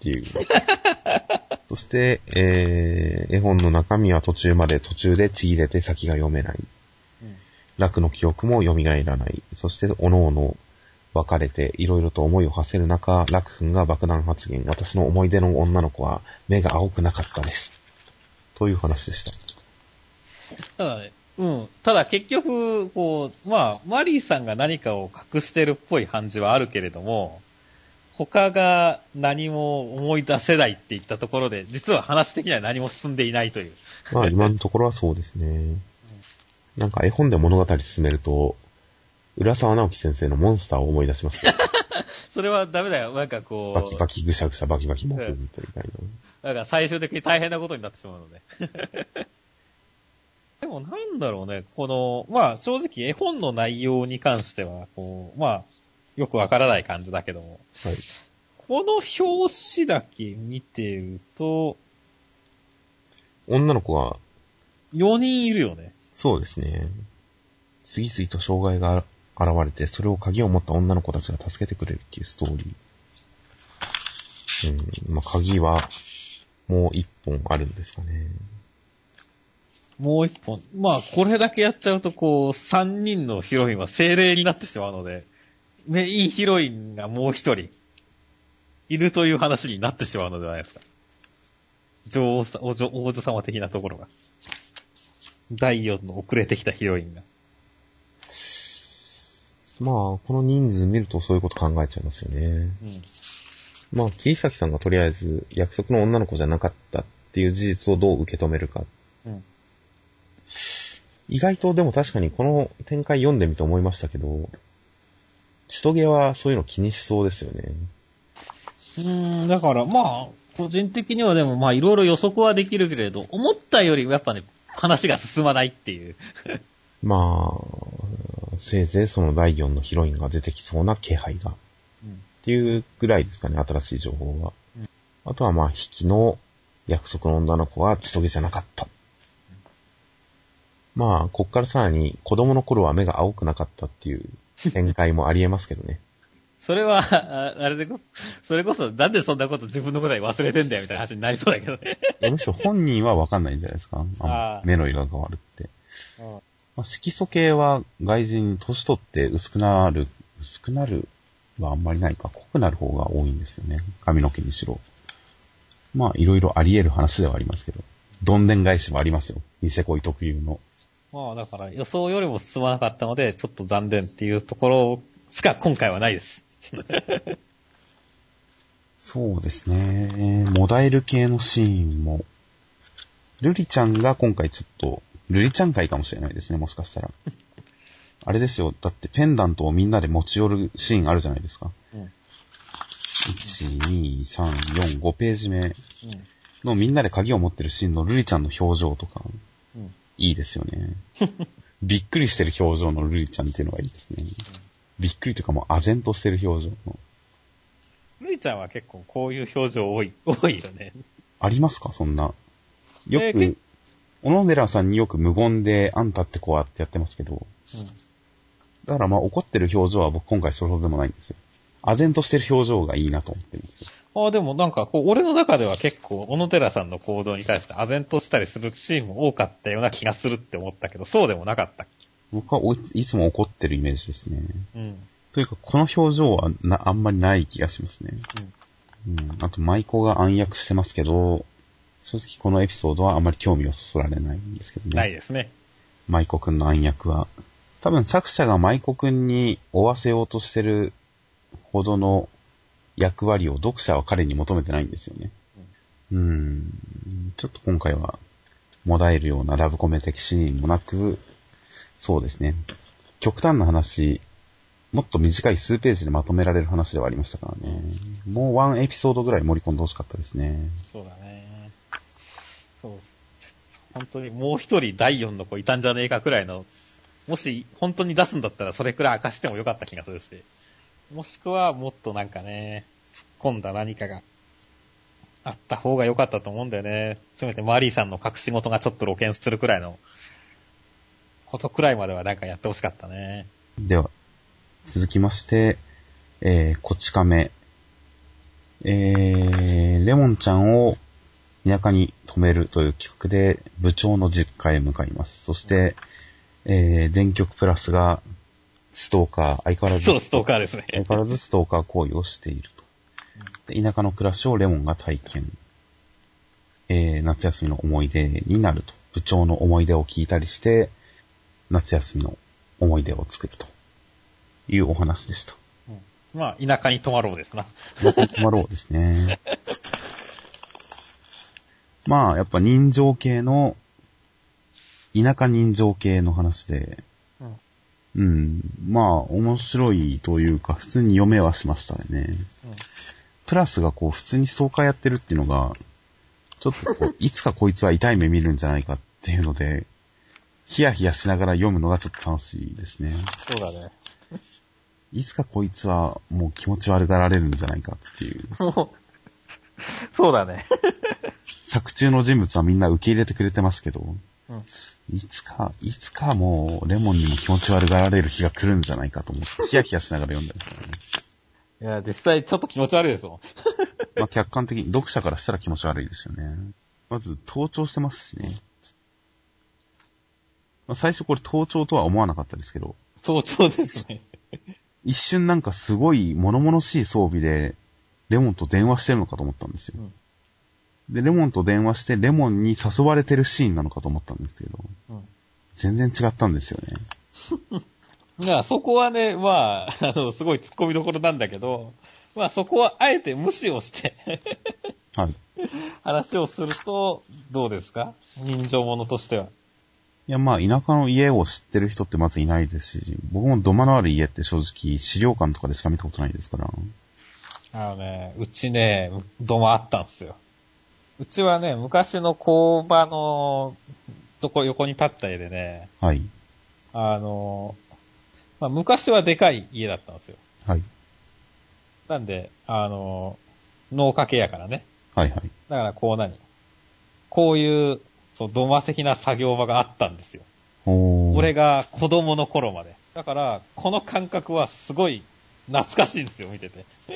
っていう。そして、えー、絵本の中身は途中まで途中でちぎれて先が読めない。うん、楽の記憶も蘇らない。そして、おのおの別れていろいろと思いを馳せる中、楽くんが爆弾発言。私の思い出の女の子は目が青くなかったです。という話でした。 ただね、うん。ただ結局、こう、まあ、マリーさんが何かを隠してるっぽい感じはあるけれども、他が何も思い出せないって言ったところで、実は話的には何も進んでいないという。 まあ今のところはそうですね。うん、なんか絵本で物語進めると、浦沢直樹先生のモンスターを思い出しますね。 それはダメだよ。なんかこう。 バキバキぐしゃぐしゃバキバキモフみたいな。だから最終的に大変なことになってしまうので。でもなんだろうね、この、まあ正直絵本の内容に関しては、こう、まあ、よくわからない感じだけども。はい。この表紙だけ見てると、 女の子が、 よにんいるよね。 そうですね。次々と障害が現れて、それを鍵を持った女の子たちが助けてくれるっていうストーリー。うん、まあ鍵は、もう一本あるんですかね。 もう一本。まあ、これだけやっちゃうと、こう、三人のヒロインは精霊になってしまうので、メインヒロインがもう一人、いるという話になってしまうのではないですか。女王さ、王女、王女様的なところが。だいよんの遅れてきたヒロインが。 まあ、この人数見るとそういうこと考えちゃいますよね。うん。まあ、桐崎さんがとりあえず約束の女の子じゃなかったっていう事実をどう受け止めるか。うん。意外とでも確かにこの展開読んでみて思いましたけど、千トゲはそういうの気にしそうですよね。 うーん、だからまあ、個人的にはでもまあいろいろ予測はできるけれど、思ったよりやっぱね、話が進まないっていう。 まあ、せいぜいそのだいよんのヒロインが出てきそうな気配が。うん、っていうぐらいですかね、新しい情報は。うん、あとはまあ、引きの約束の女の子は千トゲじゃなかった。うん、まあ、こっからさらに子供の頃は目が青くなかったっていう展開もありえますけどね。 それは、あ, あれでこ、それこそ、なんでそんなこと自分のことに忘れてんだよみたいな話になりそうだけどね。 いやむしろ本人はわかんないんじゃないですか。あ目の色が変わるって。あまあ、色素系は外人、年取って薄くなる、薄くなるはあんまりないか。濃くなる方が多いんですよね。髪の毛にしろ。まあ、いろいろあり得る話ではありますけど。どんでん返しもありますよ。ニセ恋特有の。 まあ、だから予想よりも進まなかったので、ちょっと残念っていうところしか今回はないです。 そうですね。モダイル系のシーンも、ルリちゃんが今回ちょっと、ルリちゃん会かもしれないですね、もしかしたら。あれですよ、だってペンダントをみんなで持ち寄るシーンあるじゃないですか。うん、いち、に、さん、よん、ごページ目のみんなで鍵を持ってるシーンのルリちゃんの表情とか、うん、いいですよね。びっくりしてる表情のルリちゃんっていうのがいいですね。うん、びっくりというかもう唖然としてる表情の。 ルリちゃんは結構こういう表情多い、多いよね。 ありますかそんな。よく、えー、小野寺さんによく無言であんたってこうやってやってますけど、うん、だからまあ怒ってる表情は僕今回それほどでもないんですよ。唖然としてる表情がいいなと思ってるんですよ。 ああ、でもなんかこう、俺の中では結構小野寺さんの行動に対して唖然としたりするシーンも多かったような気がするって思ったけど、そうでもなかったっけ？ 僕はいつも怒ってるイメージですね。うん。というか、この表情はな、あんまりない気がしますね。うん。うん。あと、舞妓が暗躍してますけど、正直このエピソードはあまり興味をそそられないんですけどね。 ないですね。 舞妓くんの暗躍は。多分作者が舞妓くんに負わせようとしてるほどの役割を読者は彼に求めてないんですよね。うん。うーんちょっと今回は、もだえるようなラブコメ的シーンもなく、そうですね。極端な話、もっと短い数ページでまとめられる話ではありましたからね。もうワンエピソードぐらい盛り込んでほしかったですね。 そうだね。そう。本当にもう一人だいよんの子いたんじゃねえかくらいの、もし本当に出すんだったらそれくらい明かしてもよかった気がするし。もしくはもっとなんかね、突っ込んだ何かがあった方が良かったと思うんだよね。せめてマリーさんの隠し事がちょっと露見するくらいのことくらいまではなんかやってほしかったね。 では、続きまして、えー、こち亀。 えー、レモンちゃんを田舎に止めるという企画で部長の実家へ向かいます。そして、えー、電極プラスがストーカー、相変わらず、 そう、ストーカーですね。 相変わらずストーカー行為をしていると。で田舎の暮らしをレモンが体験。えー、夏休みの思い出になると。部長の思い出を聞いたりして、夏休みの思い出を作るというお話でした。 うん、まあ、田舎に泊まろうですな。 田舎に泊まろうですね。まあ、やっぱ人情系の、田舎人情系の話で、うん、うん、まあ、面白いというか、普通に読めはしましたね。うん、プラスがこう、普通にストーカーやってるっていうのが、ちょっとこう、いつかこいつは痛い目見るんじゃないかっていうので、ヒヤヒヤしながら読むのがちょっと楽しいですね。 そうだね。 いつかこいつはもう気持ち悪がられるんじゃないかっていう。 そうだね。 作中の人物はみんな受け入れてくれてますけど、うん、いつか、いつかもうレモンにも気持ち悪がられる日が来るんじゃないかと思って、ヒヤヒヤしながら読んだんですよね。 いや、実際ちょっと気持ち悪いですもん。 まあ客観的に、読者からしたら気持ち悪いですよね。まず、盗聴してますしね。まあ、最初これ盗聴とは思わなかったですけど。 盗聴ですね。 一瞬なんかすごい物々しい装備で、レモンと電話してるのかと思ったんですよ。うん、で、レモンと電話して、レモンに誘われてるシーンなのかと思ったんですけど、うん、全然違ったんですよね。 いや、そこはね、まあ、あの、すごい突っ込みどころなんだけど、まあそこはあえて無視をして、はい。話をすると、どうですか？人情者としては。 いや、まあ、田舎の家を知ってる人ってまずいないですし、僕も土間のある家って正直、資料館とかでしか見たことないですから。 あのね、うちね、土間あったんですよ。うちはね、昔の工場のとこ横に立った家でね、はい。あの、まあ、昔はでかい家だったんですよ。はい。なんで、あの、農家系やからね。はいはい。だからこう何こういう、そう、土間的な作業場があったんですよ。俺が子供の頃まで。だから、この感覚はすごい懐かしいんですよ、見てて。へ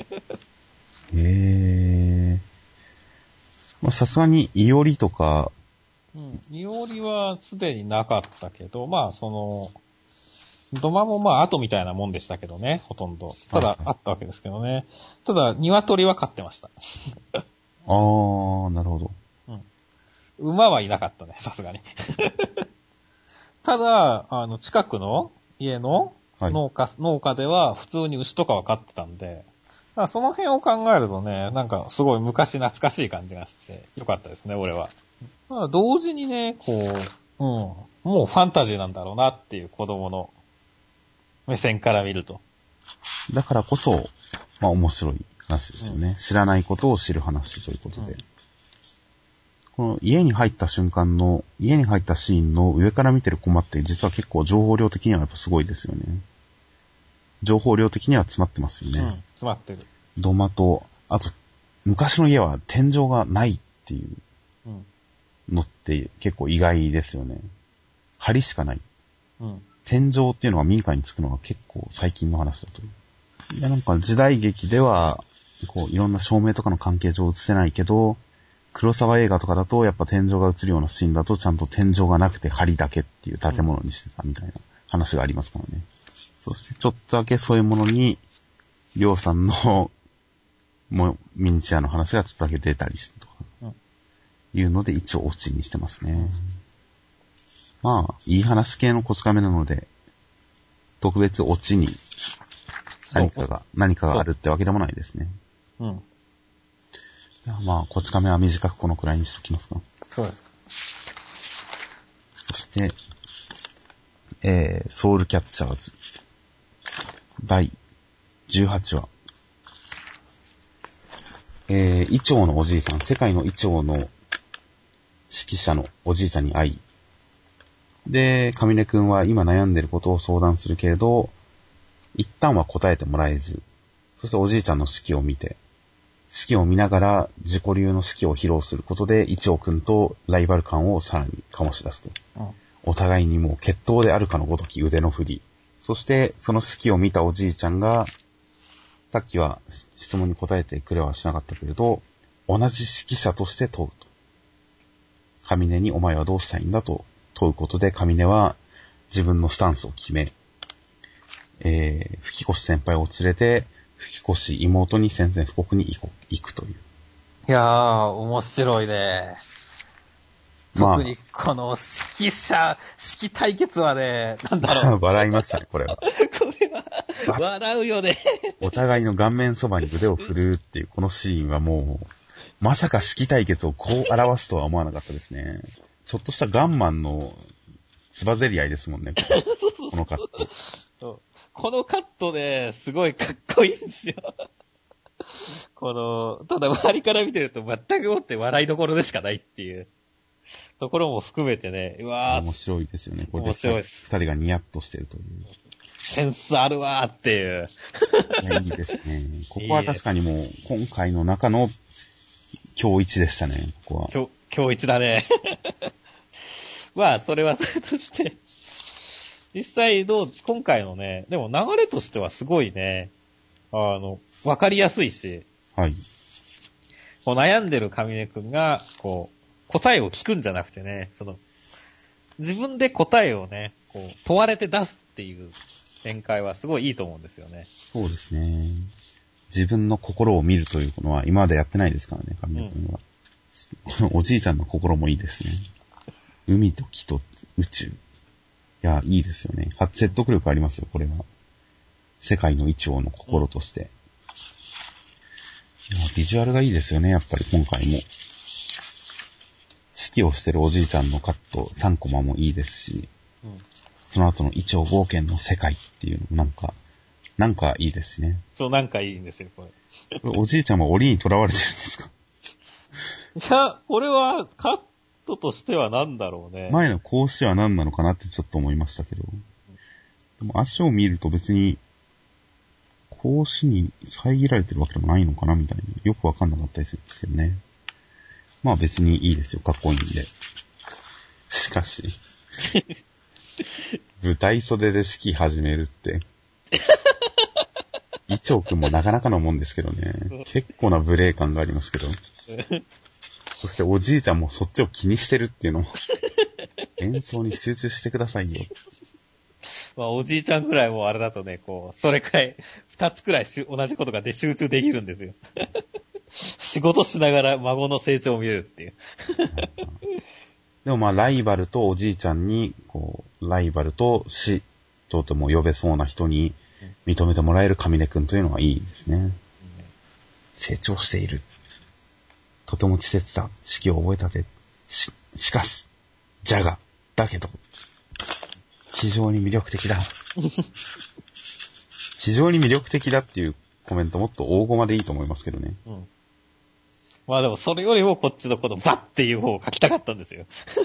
え。まあ、さすがに、いおりとか。 うん。いおりはすでになかったけど、まあ、その、土間もまあ、後みたいなもんでしたけどね、ほとんど。ただ、あったわけですけどね。ただ、鶏は飼ってました。 あー、なるほど。 馬はいなかったね、さすがに。ただ、あの、近くの家の農家、はい、農家では普通に牛とかは飼ってたんで、だからその辺を考えるとね、なんかすごい昔懐かしい感じがしてよかったですね、俺は。まあ、同時にね、こう、うん、もうファンタジーなんだろうなっていう子供の目線から見ると。 だからこそ、まあ面白い話ですよね。うん、知らないことを知る話ということで。うん、この家に入った瞬間の、家に入ったシーンの上から見てるコマって実は結構情報量的にはやっぱすごいですよね。情報量的には詰まってますよね。うん、 詰まってる。 土間と、あと、昔の家は天井がないっていうのって結構意外ですよね。梁しかない。うん、天井っていうのが民家につくのが結構最近の話だと。いやなんか時代劇では、こういろんな照明とかの関係上映せないけど、黒沢映画とかだと、やっぱ天井が映るようなシーンだと、ちゃんと天井がなくて梁だけっていう建物にしてたみたいな話がありますからね。そしてちょっとだけそういうものに、りょうさんの、もう、ミニチュアの話がちょっとだけ出たりしてとか、いうので一応オチにしてますね。まあ、いい話系のこち亀なので、特別オチに何かが、何かがあるってわけでもないですね。うん。まあ、こち亀は短くこのくらいにしときますか。 そうですか。 そして、えー、ソウルキャッチャーズ。だいじゅうはちわ。えー、イチョウのおじいさん、世界のイチョウの指揮者のおじいちゃんに会い、で、カミネ君は今悩んでることを相談するけれど、一旦は答えてもらえず、そしておじいちゃんの指揮を見て、指揮を見ながら自己流の指揮を披露することで、イチョウ君とライバル感をさらに醸し出すと。うん、お互いにもう決闘であるかのごとき腕の振り。そして、その指揮を見たおじいちゃんが、さっきは質問に答えてくれはしなかったけれど、同じ指揮者として問うと。上根にお前はどうしたいんだと問うことで、上根は自分のスタンスを決め、えー、吹越先輩を連れて、吹越妹に宣戦布告に行こ行くという。 いやー、面白いね。 まあ、 特にこの指揮者、指揮対決はね、なんだろう。 笑いましたね、これは。 これは、笑うよね。 お互いの顔面そばに腕を振るっていうこのシーンはもう、まさか指揮対決をこう表すとは思わなかったですね。ちょっとしたガンマンのつばぜり合いですもんね、このカット。 そうこのカットね、すごいかっこいいんですよ。この、ただ周りから見てると全くもって笑いどころでしかないっていうところも含めてね、うわー。 面白いですよね。これで面白いです。 二人がニヤッとしてるという。 センスあるわーっていう。 いや、いいですね。ここは確かにもう、今回の中の今日一でしたね、ここは。 今日、今日一だね。まあ、それはそれとして。実際どう、今回のね、でも流れとしてはすごいね、あの、わかりやすいし、 はい。 こう悩んでる上根くんが、こう、答えを聞くんじゃなくてね、その、自分で答えをね、こう、問われて出すっていう展開はすごいいいと思うんですよね。 そうですね。自分の心を見るというのは今までやってないですからね、上根くんは。うん、このおじいちゃんの心もいいですね。海と木と宇宙。いや、いいですよね。説得力ありますよ、これは。世界の一応の心として。うん、いや、ビジュアルがいいですよね、やっぱり今回も。指揮をしてるおじいちゃんのカットさんコマもいいですし、うん、その後の一丁冒険の世界っていうのもなんか、なんかいいですね。 そう、なんかいいんですよ、これ。 おじいちゃんは檻に囚われてるんですか？ いや、これはカットとしては何だろうね。 前の格子は何なのかなってちょっと思いましたけど。でも足を見ると別に、格子に遮られてるわけでもないのかなみたいによくわかんなかったりするんですけどね。まあ別にいいですよ、かっこいいんで。しかし、舞台袖で指揮始めるって、イチョウ君もなかなかのもんですけどね。結構な無礼感がありますけど。そしておじいちゃんもそっちを気にしてるっていうのも、演奏に集中してくださいよ。 まあおじいちゃんくらいもあれだとね、こう、それくらい、二つくらいし同じことがで集中できるんですよ。仕事しながら孫の成長を見れるっていう。 でもまあライバルとおじいちゃんに、こう、ライバルと死とても呼べそうな人に認めてもらえる上根くんというのはいいですね。うん、成長している。とても稚拙だ。指揮を覚えたて。し、しかし、じゃが、だけど、非常に魅力的だ。非常に魅力的だっていうコメントもっと大駒でいいと思いますけどね。うん、 まあでもそれよりもこっちのこのバッっていう方を書きたかったんですよ。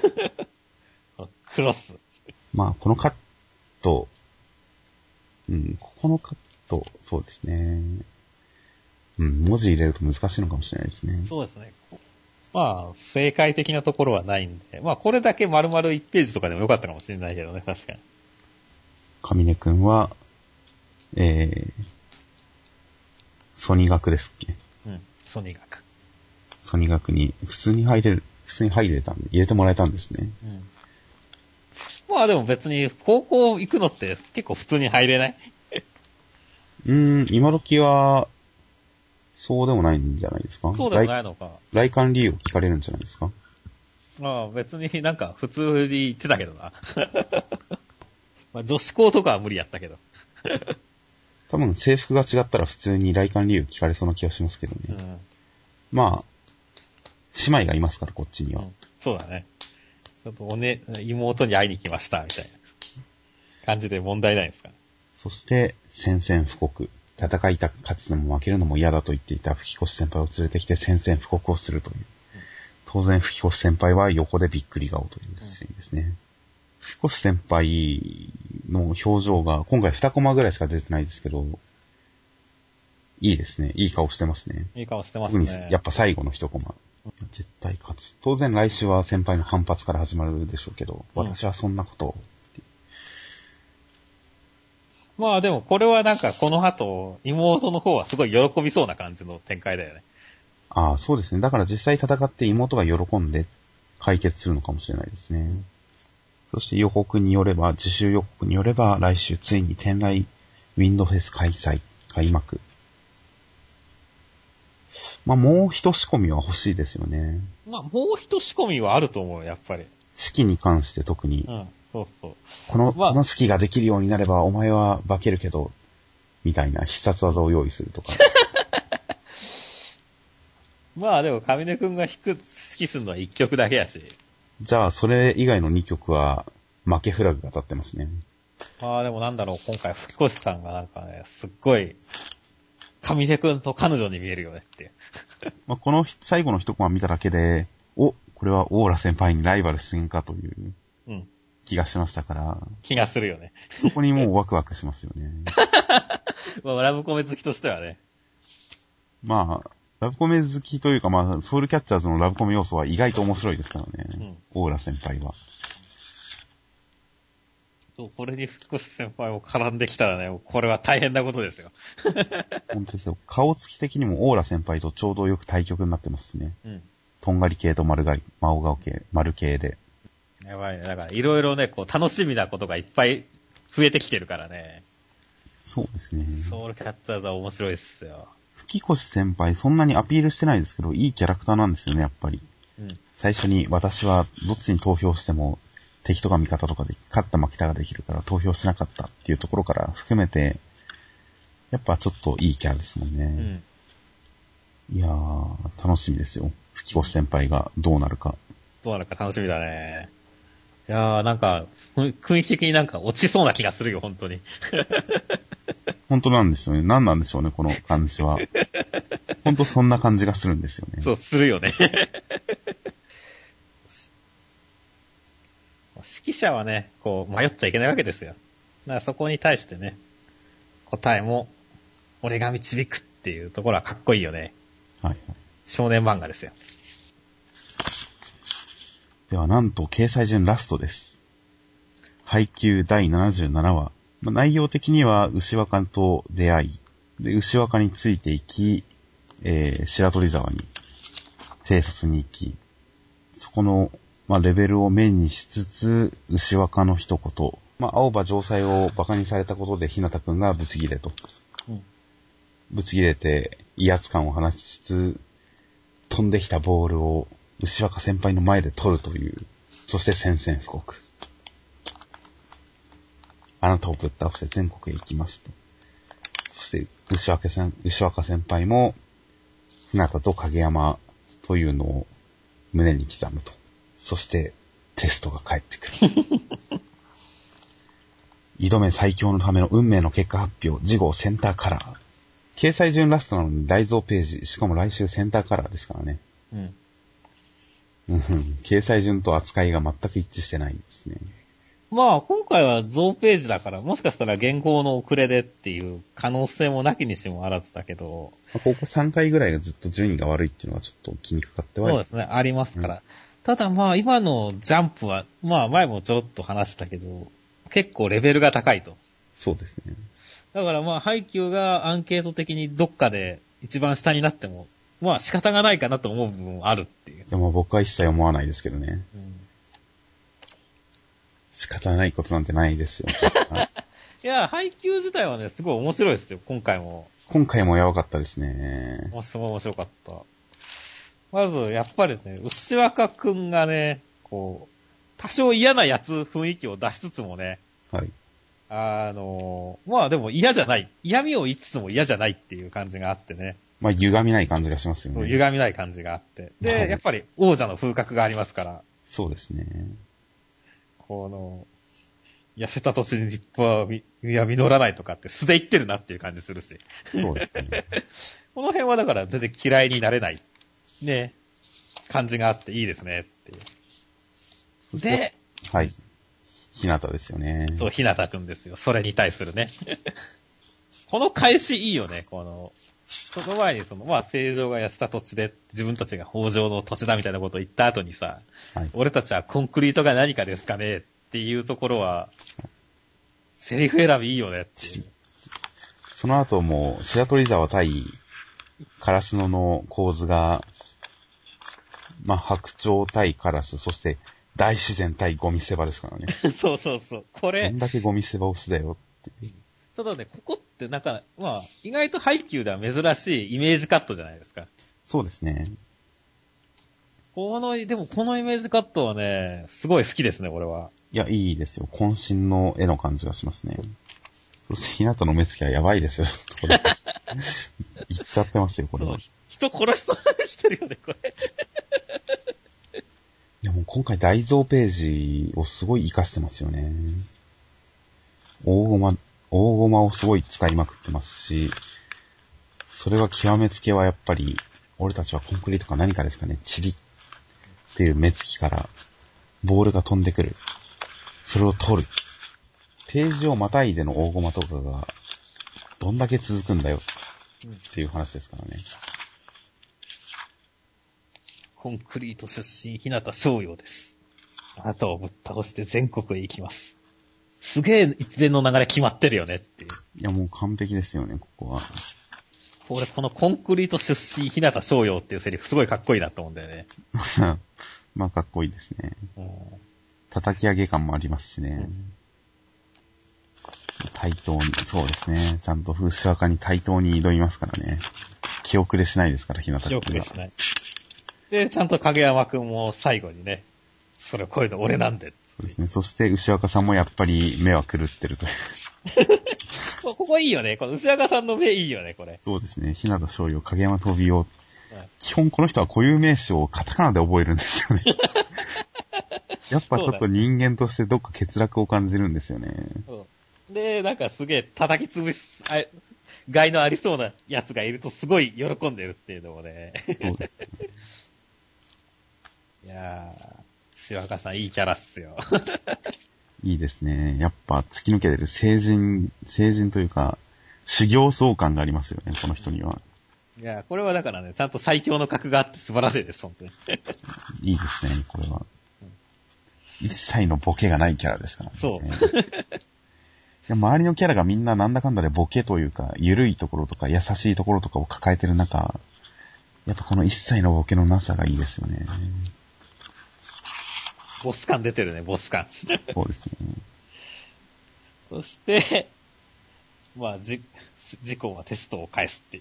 クロス。 まあこのカット、うん、ここのカット、そうですね。うん、文字入れると難しいのかもしれないですね。 そうですね。まあ、正解的なところはないんで、まあこれだけ丸々いちページとかでもよかったかもしれないけどね、確かに。 上根くんは、えー、ソニ学ですっけ？ うん、ソニ学。 ソニ学に普通に入れる、普通に入れたんで、入れてもらえたんですね。うん。 まあでも別に高校行くのって結構普通に入れない？ うーん、今時は、そうでもないんじゃないですか？ そうでもないのか。 来館理由を聞かれるんじゃないですか？ まあ別になんか普通に言ってたけどな。まあ女子校とかは無理やったけど。 多分制服が違ったら普通に来館理由聞かれそうな気がしますけどね。うん、まあ、姉妹がいますから、こっちには。うん、 そうだね。ちょっとおね、妹に会いに来ました、みたいな感じで問題ないですか？ そして、宣戦布告。戦いた、勝つのも負けるのも嫌だと言っていた吹越先輩を連れてきて宣戦布告をするという。うん、当然、吹越先輩は横でびっくり顔というシーンですね。うん、吹越先輩の表情が、今回にコマぐらいしか出てないですけど、いいですね。いい顔してますね。 いい顔してますね。 特に、やっぱ最後の一コマ。絶対勝つ。当然来週は先輩の反発から始まるでしょうけど、うん、私はそんなことを。 まあでもこれはなんかこの後、妹の方はすごい喜びそうな感じの展開だよね。 ああ、そうですね。だから実際戦って妹が喜んで解決するのかもしれないですね。うん、そして予告によれば、自習予告によれば、来週ついに天来ウィンドフェス開催、開幕。まあもう一仕込みは欲しいですよね。 まあもう一仕込みはあると思う、やっぱり。 式に関して特に。 うん、そうそう。 この、 まあ、 この式ができるようになれば、お前は化けるけど、みたいな必殺技を用意するとか。 まあでも、上根くんが弾く、指揮するのは一曲だけやし。 じゃあ、それ以外の二曲は、負けフラグが立ってますね。 まあでもなんだろう、今回、吹越さんがなんかね、すっごい、上根くんと彼女に見えるよねっていう。 まあこの最後の一コマ見ただけで、お、これはオーラ先輩にライバル出現かという気がしましたから。うん、 気がするよね。 そこにもうワクワクしますよね。 まあラブコメ好きとしてはね。 まあ、ラブコメ好きというか、まあ、ソウルキャッチャーズのラブコメ要素は意外と面白いですからね。うん、オーラ先輩は。 そう、これに吹越先輩も絡んできたらね、これは大変なことですよ。 本当ですよ。顔つき的にもオーラ先輩とちょうどよく対局になってますしね。うん。とんがり系と丸がり、真顔系、丸系で。 やばいね。だから、いろいろね、こう、楽しみなことがいっぱい増えてきてるからね。 そうですね。 ソウルキャッチャーズは面白いっすよ。 吹越先輩、そんなにアピールしてないですけど、いいキャラクターなんですよね、やっぱり。うん。最初に、私はどっちに投票しても、敵とか味方とかで、勝った負けたができるから投票しなかったっていうところから含めて、やっぱちょっといいキャラですもんね。うん。いやー、楽しみですよ。吹越先輩がどうなるか。 どうなるか楽しみだね。いやー、なんか、雰囲気的になんか落ちそうな気がするよ、本当に。 本当なんですよね。何なんでしょうね、この感じは。本当そんな感じがするんですよね。 そう、するよね。指揮者はね、こう、迷っちゃいけないわけですよ。だからそこに対してね、答えも、俺が導くっていうところはかっこいいよね。はいはい。少年漫画ですよ。 では、なんと、掲載順ラストです。配給だいななじゅうななわ。まあ、内容的には、牛若と出会い、で、牛若についていき、えー、白鳥沢に、偵察に行き、そこの、まあ、レベルを面にしつつ、牛若の一言。まあ、青葉城西を馬鹿にされたことで、ひなたくんがブチギレと。うん、ブチギレて、威圧感を放ちつつ、飛んできたボールを、牛若先輩の前で取るという。そして宣戦布告。あなたをぶっ倒して全国へ行きますと。そして、牛若さん、牛若先輩も、ひなたと影山というのを胸に刻むと。そして、テストが返ってくる。挑め最強のための運命の結果発表、次号センターカラー。掲載順ラストなのに大増ページ、しかも来週センターカラーですからね。うん。うん、掲載順と扱いが全く一致してないんですね。 まあ、今回は増ページだから、もしかしたら原稿の遅れでっていう可能性もなきにしもあらずだけど。 ここさんかいぐらいがずっと順位が悪いっていうのはちょっと気にかかってはいる。 そうですね、ありますから。うん、ただまあ、今のジャンプは、まあ前もちょろっと話したけど、結構レベルが高いと。 そうですね。 だからまあ、配給がアンケート的にどっかで一番下になっても、まあ仕方がないかなと思う部分もあるっていう。 でも僕は一切思わないですけどね。うん、仕方ないことなんてないですよ。 いや、配給自体はね、すごい面白いですよ、今回も。 今回もやばかったですね。 すごい面白かった。まず、やっぱりね、牛若くんがね、こう、多少嫌なやつ雰囲気を出しつつもね。はい。あの、まあでも嫌じゃない。嫌味を言いつつも嫌じゃないっていう感じがあってね。 まあ、歪みない感じがしますよね。 歪みない感じがあって。で、はい、やっぱり王者の風格がありますから。 そうですね。 この、痩せた年に立派は実らないとかって素で言ってるなっていう感じするし。 そうですね。 この辺はだから全然嫌いになれない。ね。感じがあっていいですねっていう。で、 はい。ひなたですよね。 そう、ひなたくんですよ。それに対するね。この返しいいよね、この。その前にその、まあ、正常が痩せた土地で、自分たちが北条の土地だみたいなことを言った後にさ、はい、俺たちはコンクリートが何かですかねっていうところは、 セリフ選びいいよねっていう。 その後も、白鳥沢対カラスノの構図が、まあ、白鳥対カラス、そして大自然対ゴミセバですからね。 そうそうそう。これ。 どんだけゴミセバ推しだよって。 ただね、ここってなんか、まあ、意外とハイキューでは珍しいイメージカットじゃないですか。 そうですね。 この、でもこのイメージカットはね、すごい好きですね、俺は。 いや、いいですよ。渾身の絵の感じがしますね。そして、ひなたの目つきはやばいですよ。これ言っちゃってますよ、これは。 人殺しそうにしてるよね、これ。 いや、もう今回大蔵ページをすごい活かしてますよね。大駒、大駒をすごい使いまくってますし、それは極めつけはやっぱり、俺たちはコンクリートか何かですかね、チリっていう目つきから、ボールが飛んでくる。それを取る。ページをまたいでの大駒とかが、どんだけ続くんだよ、っていう話ですからね。 コンクリート出身、日向翔陽です。あなたをぶっ倒して全国へ行きます。すげえ一連の流れ決まってるよねっていう。 いや、もう完璧ですよね、ここは。 俺、このコンクリート出身、日向翔陽っていうセリフすごいかっこいいなと思うんだよね。 まあ、かっこいいですね。 うん、 叩き上げ感もありますしね。うん、対等に、そうですね。ちゃんと風刺赤に対等に挑みますからね。気遅れしないですから、日向君は。 気遅れしない。で、ちゃんと影山くんも最後にね、それを超えるの俺なんで。 そうですね。そして、牛若さんもやっぱり目は狂ってるという。 ここいいよね。この牛若さんの目いいよね、これ。 そうですね。日向翔陽、影山飛びを、うん、基本この人は固有名詞をカタカナで覚えるんですよね。やっぱちょっと人間としてどっか欠落を感じるんですよね。 そう。で、なんかすげえ叩き潰す、あ害のありそうなやつがいるとすごい喜んでるっていうのもね。 そうですね。 いやー、牛若さんいいキャラっすよ。 いいですね。やっぱ突き抜けてる成人、成人というか、修行僧感がありますよね、この人には。 いや、これはだからね、ちゃんと最強の格があって素晴らしいです、本当に。 いいですね、これは。一切のボケがないキャラですからね。 そう。 周りのキャラがみんななんだかんだでボケというか、緩いところとか優しいところとかを抱えてる中、やっぱこの一切のボケのなさがいいですよね。 ボス感出てるね、ボス感。 そうですね。 そして、まあ、じ、事故はテストを返すっていう。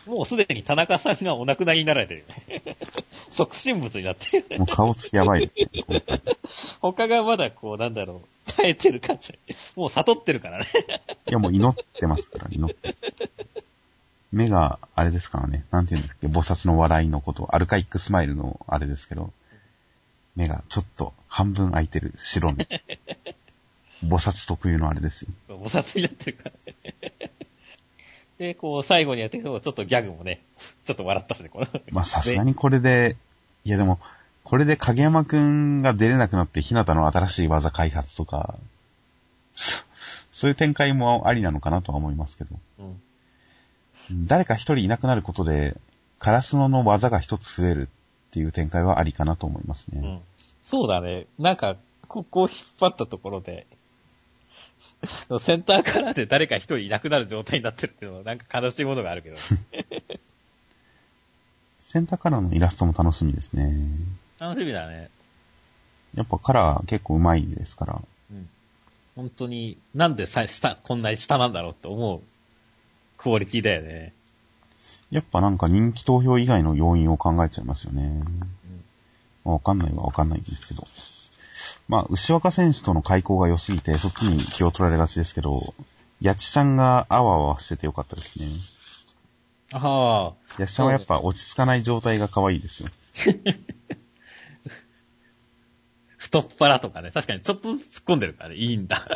もうすでに田中さんがお亡くなりになられてるよね。即身仏になってる。 もう顔つきやばいですね。 他がまだこう、なんだろう、耐えてる感じ。もう悟ってるからね。 いやもう祈ってますから、祈って。目が、あれですからね。なんていうんですっけ、菩薩の笑いのこと、アルカイックスマイルのあれですけど、目がちょっと半分開いてる白目。菩薩特有のあれですよ。 菩薩になってるからね。で、こう、最後にやってると、ちょっとギャグもね、ちょっと笑ったしね、この。 まあ、さすがにこれで、いやでも、これで影山くんが出れなくなって、日向の新しい技開発とか、そういう展開もありなのかなとは思いますけど。うん、誰か一人いなくなることで、カラスノの技が一つ増えるっていう展開はありかなと思いますね。うん、 そうだね。なんか、ここを引っ張ったところで、センターカラーで誰か一人いなくなる状態になってるっていうのはなんか悲しいものがあるけど。 センターカラーのイラストも楽しみですね。 楽しみだね。 やっぱカラー結構上手いですから。 うん。本当に、なんでさ、下、こんなに下なんだろうって思うクオリティだよね。 やっぱなんか人気投票以外の要因を考えちゃいますよね。うん、わかんないはわかんないんですけど。まあ、牛若選手との開口が良すぎて、そっちに気を取られがちですけど、八千さんがあわあわしててよかったですね。 ああ。 八千さんはやっぱ落ち着かない状態が可愛いですよ。 太っ腹とかね、確かにちょっとずつ突っ込んでるからね、いいんだ。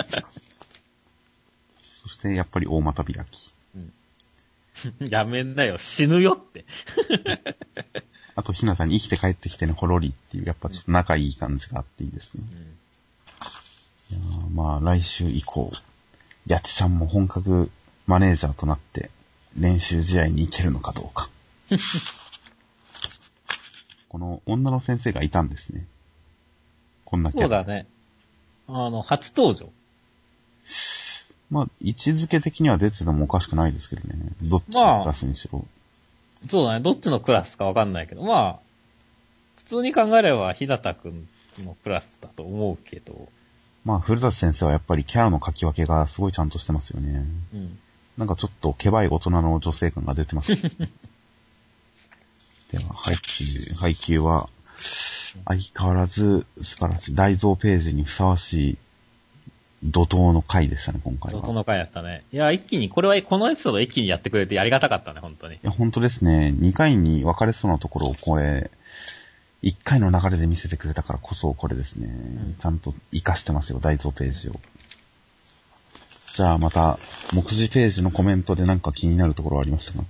そしてやっぱり大股開き。 うん、やめんなよ、死ぬよって。 あと、ひなたに生きて帰ってきてね、ほろりっていう、やっぱちょっと仲いい感じがあっていいですね。うん、いやまあ、来週以降、やちちゃんも本格マネージャーとなって、練習試合に行けるのかどうか。この女の先生がいたんですね。こんなキャラ。 そうだね。あの、初登場。 まあ、位置づけ的には出ててもおかしくないですけどね。どっちのクラスにしろ。まあ、そうだね。どっちのクラスかわかんないけど、まあ、普通に考えれば、日向くんのクラスだと思うけど。 まあ、古舘先生はやっぱりキャラの書き分けがすごいちゃんとしてますよね。うん。なんかちょっとケバい大人の女性感が出てます。では、配給、配給は、相変わらず素晴らしい。大蔵ページにふさわしい怒涛の回でしたね、今回は。 怒涛の回だったね。いや、一気に、これは、このエピソード一気にやってくれてありがたかったね、本当に。いや、本当ですね。にかいに分かれそうなところをこれ、いっかいの流れで見せてくれたからこそこれですね。うん、ちゃんと活かしてますよ、大蔵ページを。じゃあまた、目次ページのコメントでなんか気になるところはありましたか？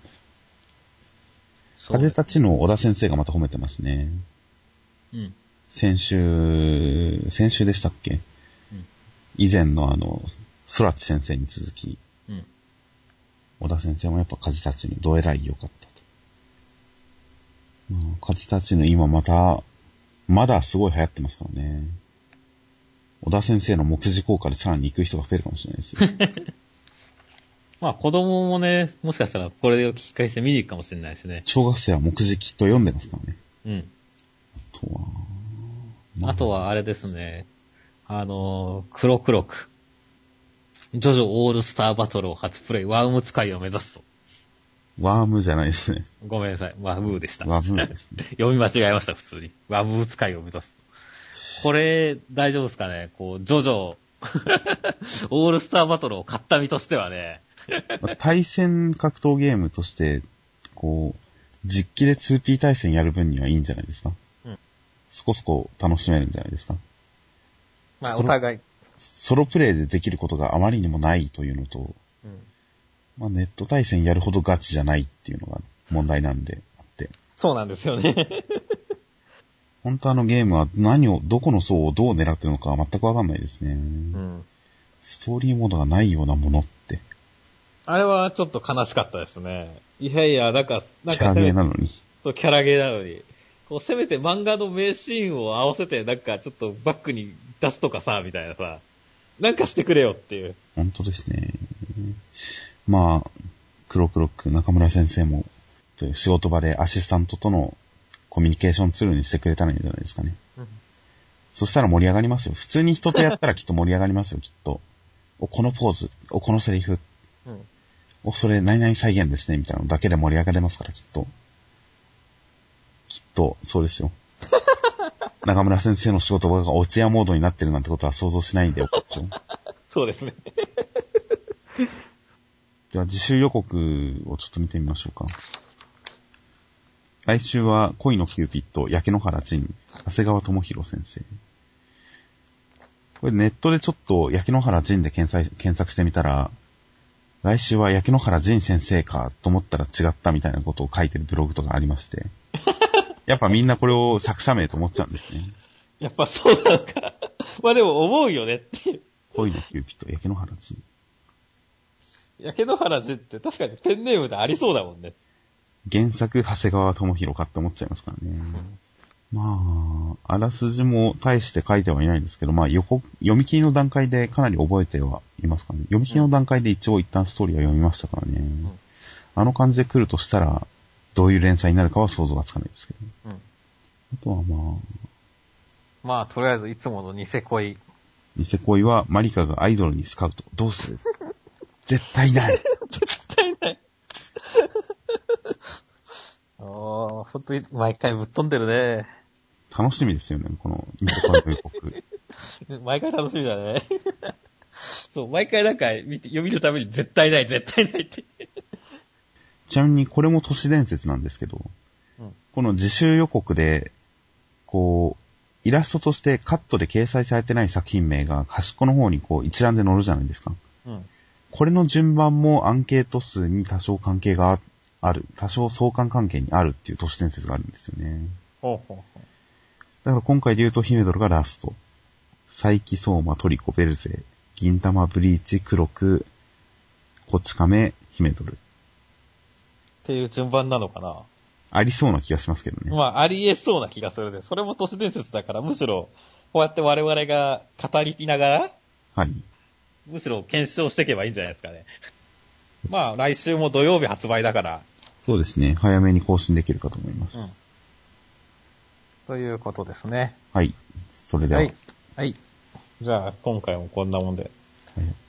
風立ちの小田先生がまた褒めてますね。うん。先週、先週でしたっけ？うん。以前のあの、空知先生に続き、うん。小田先生もやっぱ風立ちのどえらい良かったと。まあ、風立ちの今また、まだすごい流行ってますからね。小田先生の目次効果でさらに行く人が増えるかもしれないですよ。 まあ子供もね、もしかしたらこれを聞き返して見に行くかもしれないしね。 小学生は目次きっと読んでますからね。うん。 あとは、まあ、あとはあれですね。あの、黒黒く。ジョジョオールスターバトルを初プレイ、ワーム使いを目指すと。 ワームじゃないですね。 ごめんなさい。ワームでした。 ワームですね。 読み間違えました、普通に。ワーム使いを目指す。これ、大丈夫ですかね？こう、ジョジョ、オールスターバトルを買った身としてはね。 対戦格闘ゲームとして、こう、実機で ツーピー 対戦やる分にはいいんじゃないですか。うん。そこそこ楽しめるんじゃないですか。 まあ、お互い。 ソロプレイでできることがあまりにもないというのと、うん。まあ、ネット対戦やるほどガチじゃないっていうのが問題なんであって。 そうなんですよね。 本当あのゲームは何を、どこの層をどう狙ってるのかは全くわかんないですね。うん。ストーリーモードがないようなものって。 あれはちょっと悲しかったですね。いやいや、なんか、なんか。 キャラゲーなのに。 そう、キャラゲーなのに。こう、せめて漫画の名シーンを合わせて、なんかちょっとバックに出すとかさ、みたいなさ。なんかしてくれよっていう。 本当ですね。まあ、黒黒く中村先生も、仕事場でアシスタントとのコミュニケーションツールにしてくれたらいいんじゃないですかね。うん、そしたら盛り上がりますよ。普通に人とやったらきっと盛り上がりますよ、きっと。お、このポーズ、お、このセリフ。うん、お、それ何々再現ですね、みたいなのだけで盛り上がれますから、きっと。きっと、そうですよ。中村先生の仕事場がお茶屋モードになってるなんてことは想像しないんでよ、こっちも。 そうですね。 では、自習予告をちょっと見てみましょうか。来週は恋のキューピッド、焼野原仁、長谷川智弘先生。これネットでちょっと焼野原仁で検索、検索してみたら、来週は焼野原仁先生かと思ったら違ったみたいなことを書いてるブログとかありまして。やっぱみんなこれを作者名と思っちゃうんですね。 やっぱそうなのか。まあでも思うよねって。 恋のキューピッド、焼野原仁。 焼野原仁って確かにペンネームでありそうだもんね。 原作、長谷川智弘かって思っちゃいますからね。うん、まあ、あらすじも大して書いてはいないんですけど、まあ、横、読み切りの段階でかなり覚えてはいますかね。読み切りの段階で一応一旦ストーリーは読みましたからね。うん、あの感じで来るとしたら、どういう連載になるかは想像がつかないですけど。うん、あとはまあ。 まあ、とりあえずいつものニセ恋。 ニセ恋はマリカがアイドルにスカウト。どうする？絶対ない。 絶対ない。ああ、ほんとに毎回ぶっ飛んでるね。 楽しみですよね、このニセ恋の予告。 毎回楽しみだね。そう、毎回なんか見て、読みるために絶対ない、絶対ないって。 ちなみにこれも都市伝説なんですけど、うん、この自習予告で、こう、イラストとしてカットで掲載されてない作品名が端っこの方にこう一覧で載るじゃないですか。うん、これの順番もアンケート数に多少関係がある、多少相関関係にあるっていう都市伝説があるんですよね。ほうほうほう。だから今回で言うとヒメドルがラスト。佐伯相馬、トリコ、ベルゼ、銀玉、ブリーチ、黒く、こち亀、ヒメドル。 っていう順番なのかな？ ありそうな気がしますけどね。 まあ、ありえそうな気がするね。それも都市伝説だから、むしろ、こうやって我々が語りながら、はい。 むしろ検証していけばいいんじゃないですかね。まあ、来週も土曜日発売だから。 そうですね。早めに更新できるかと思います。うん。 ということですね。 はい。それでは。 はい。はい。じゃあ、今回もこんなもんで。 はい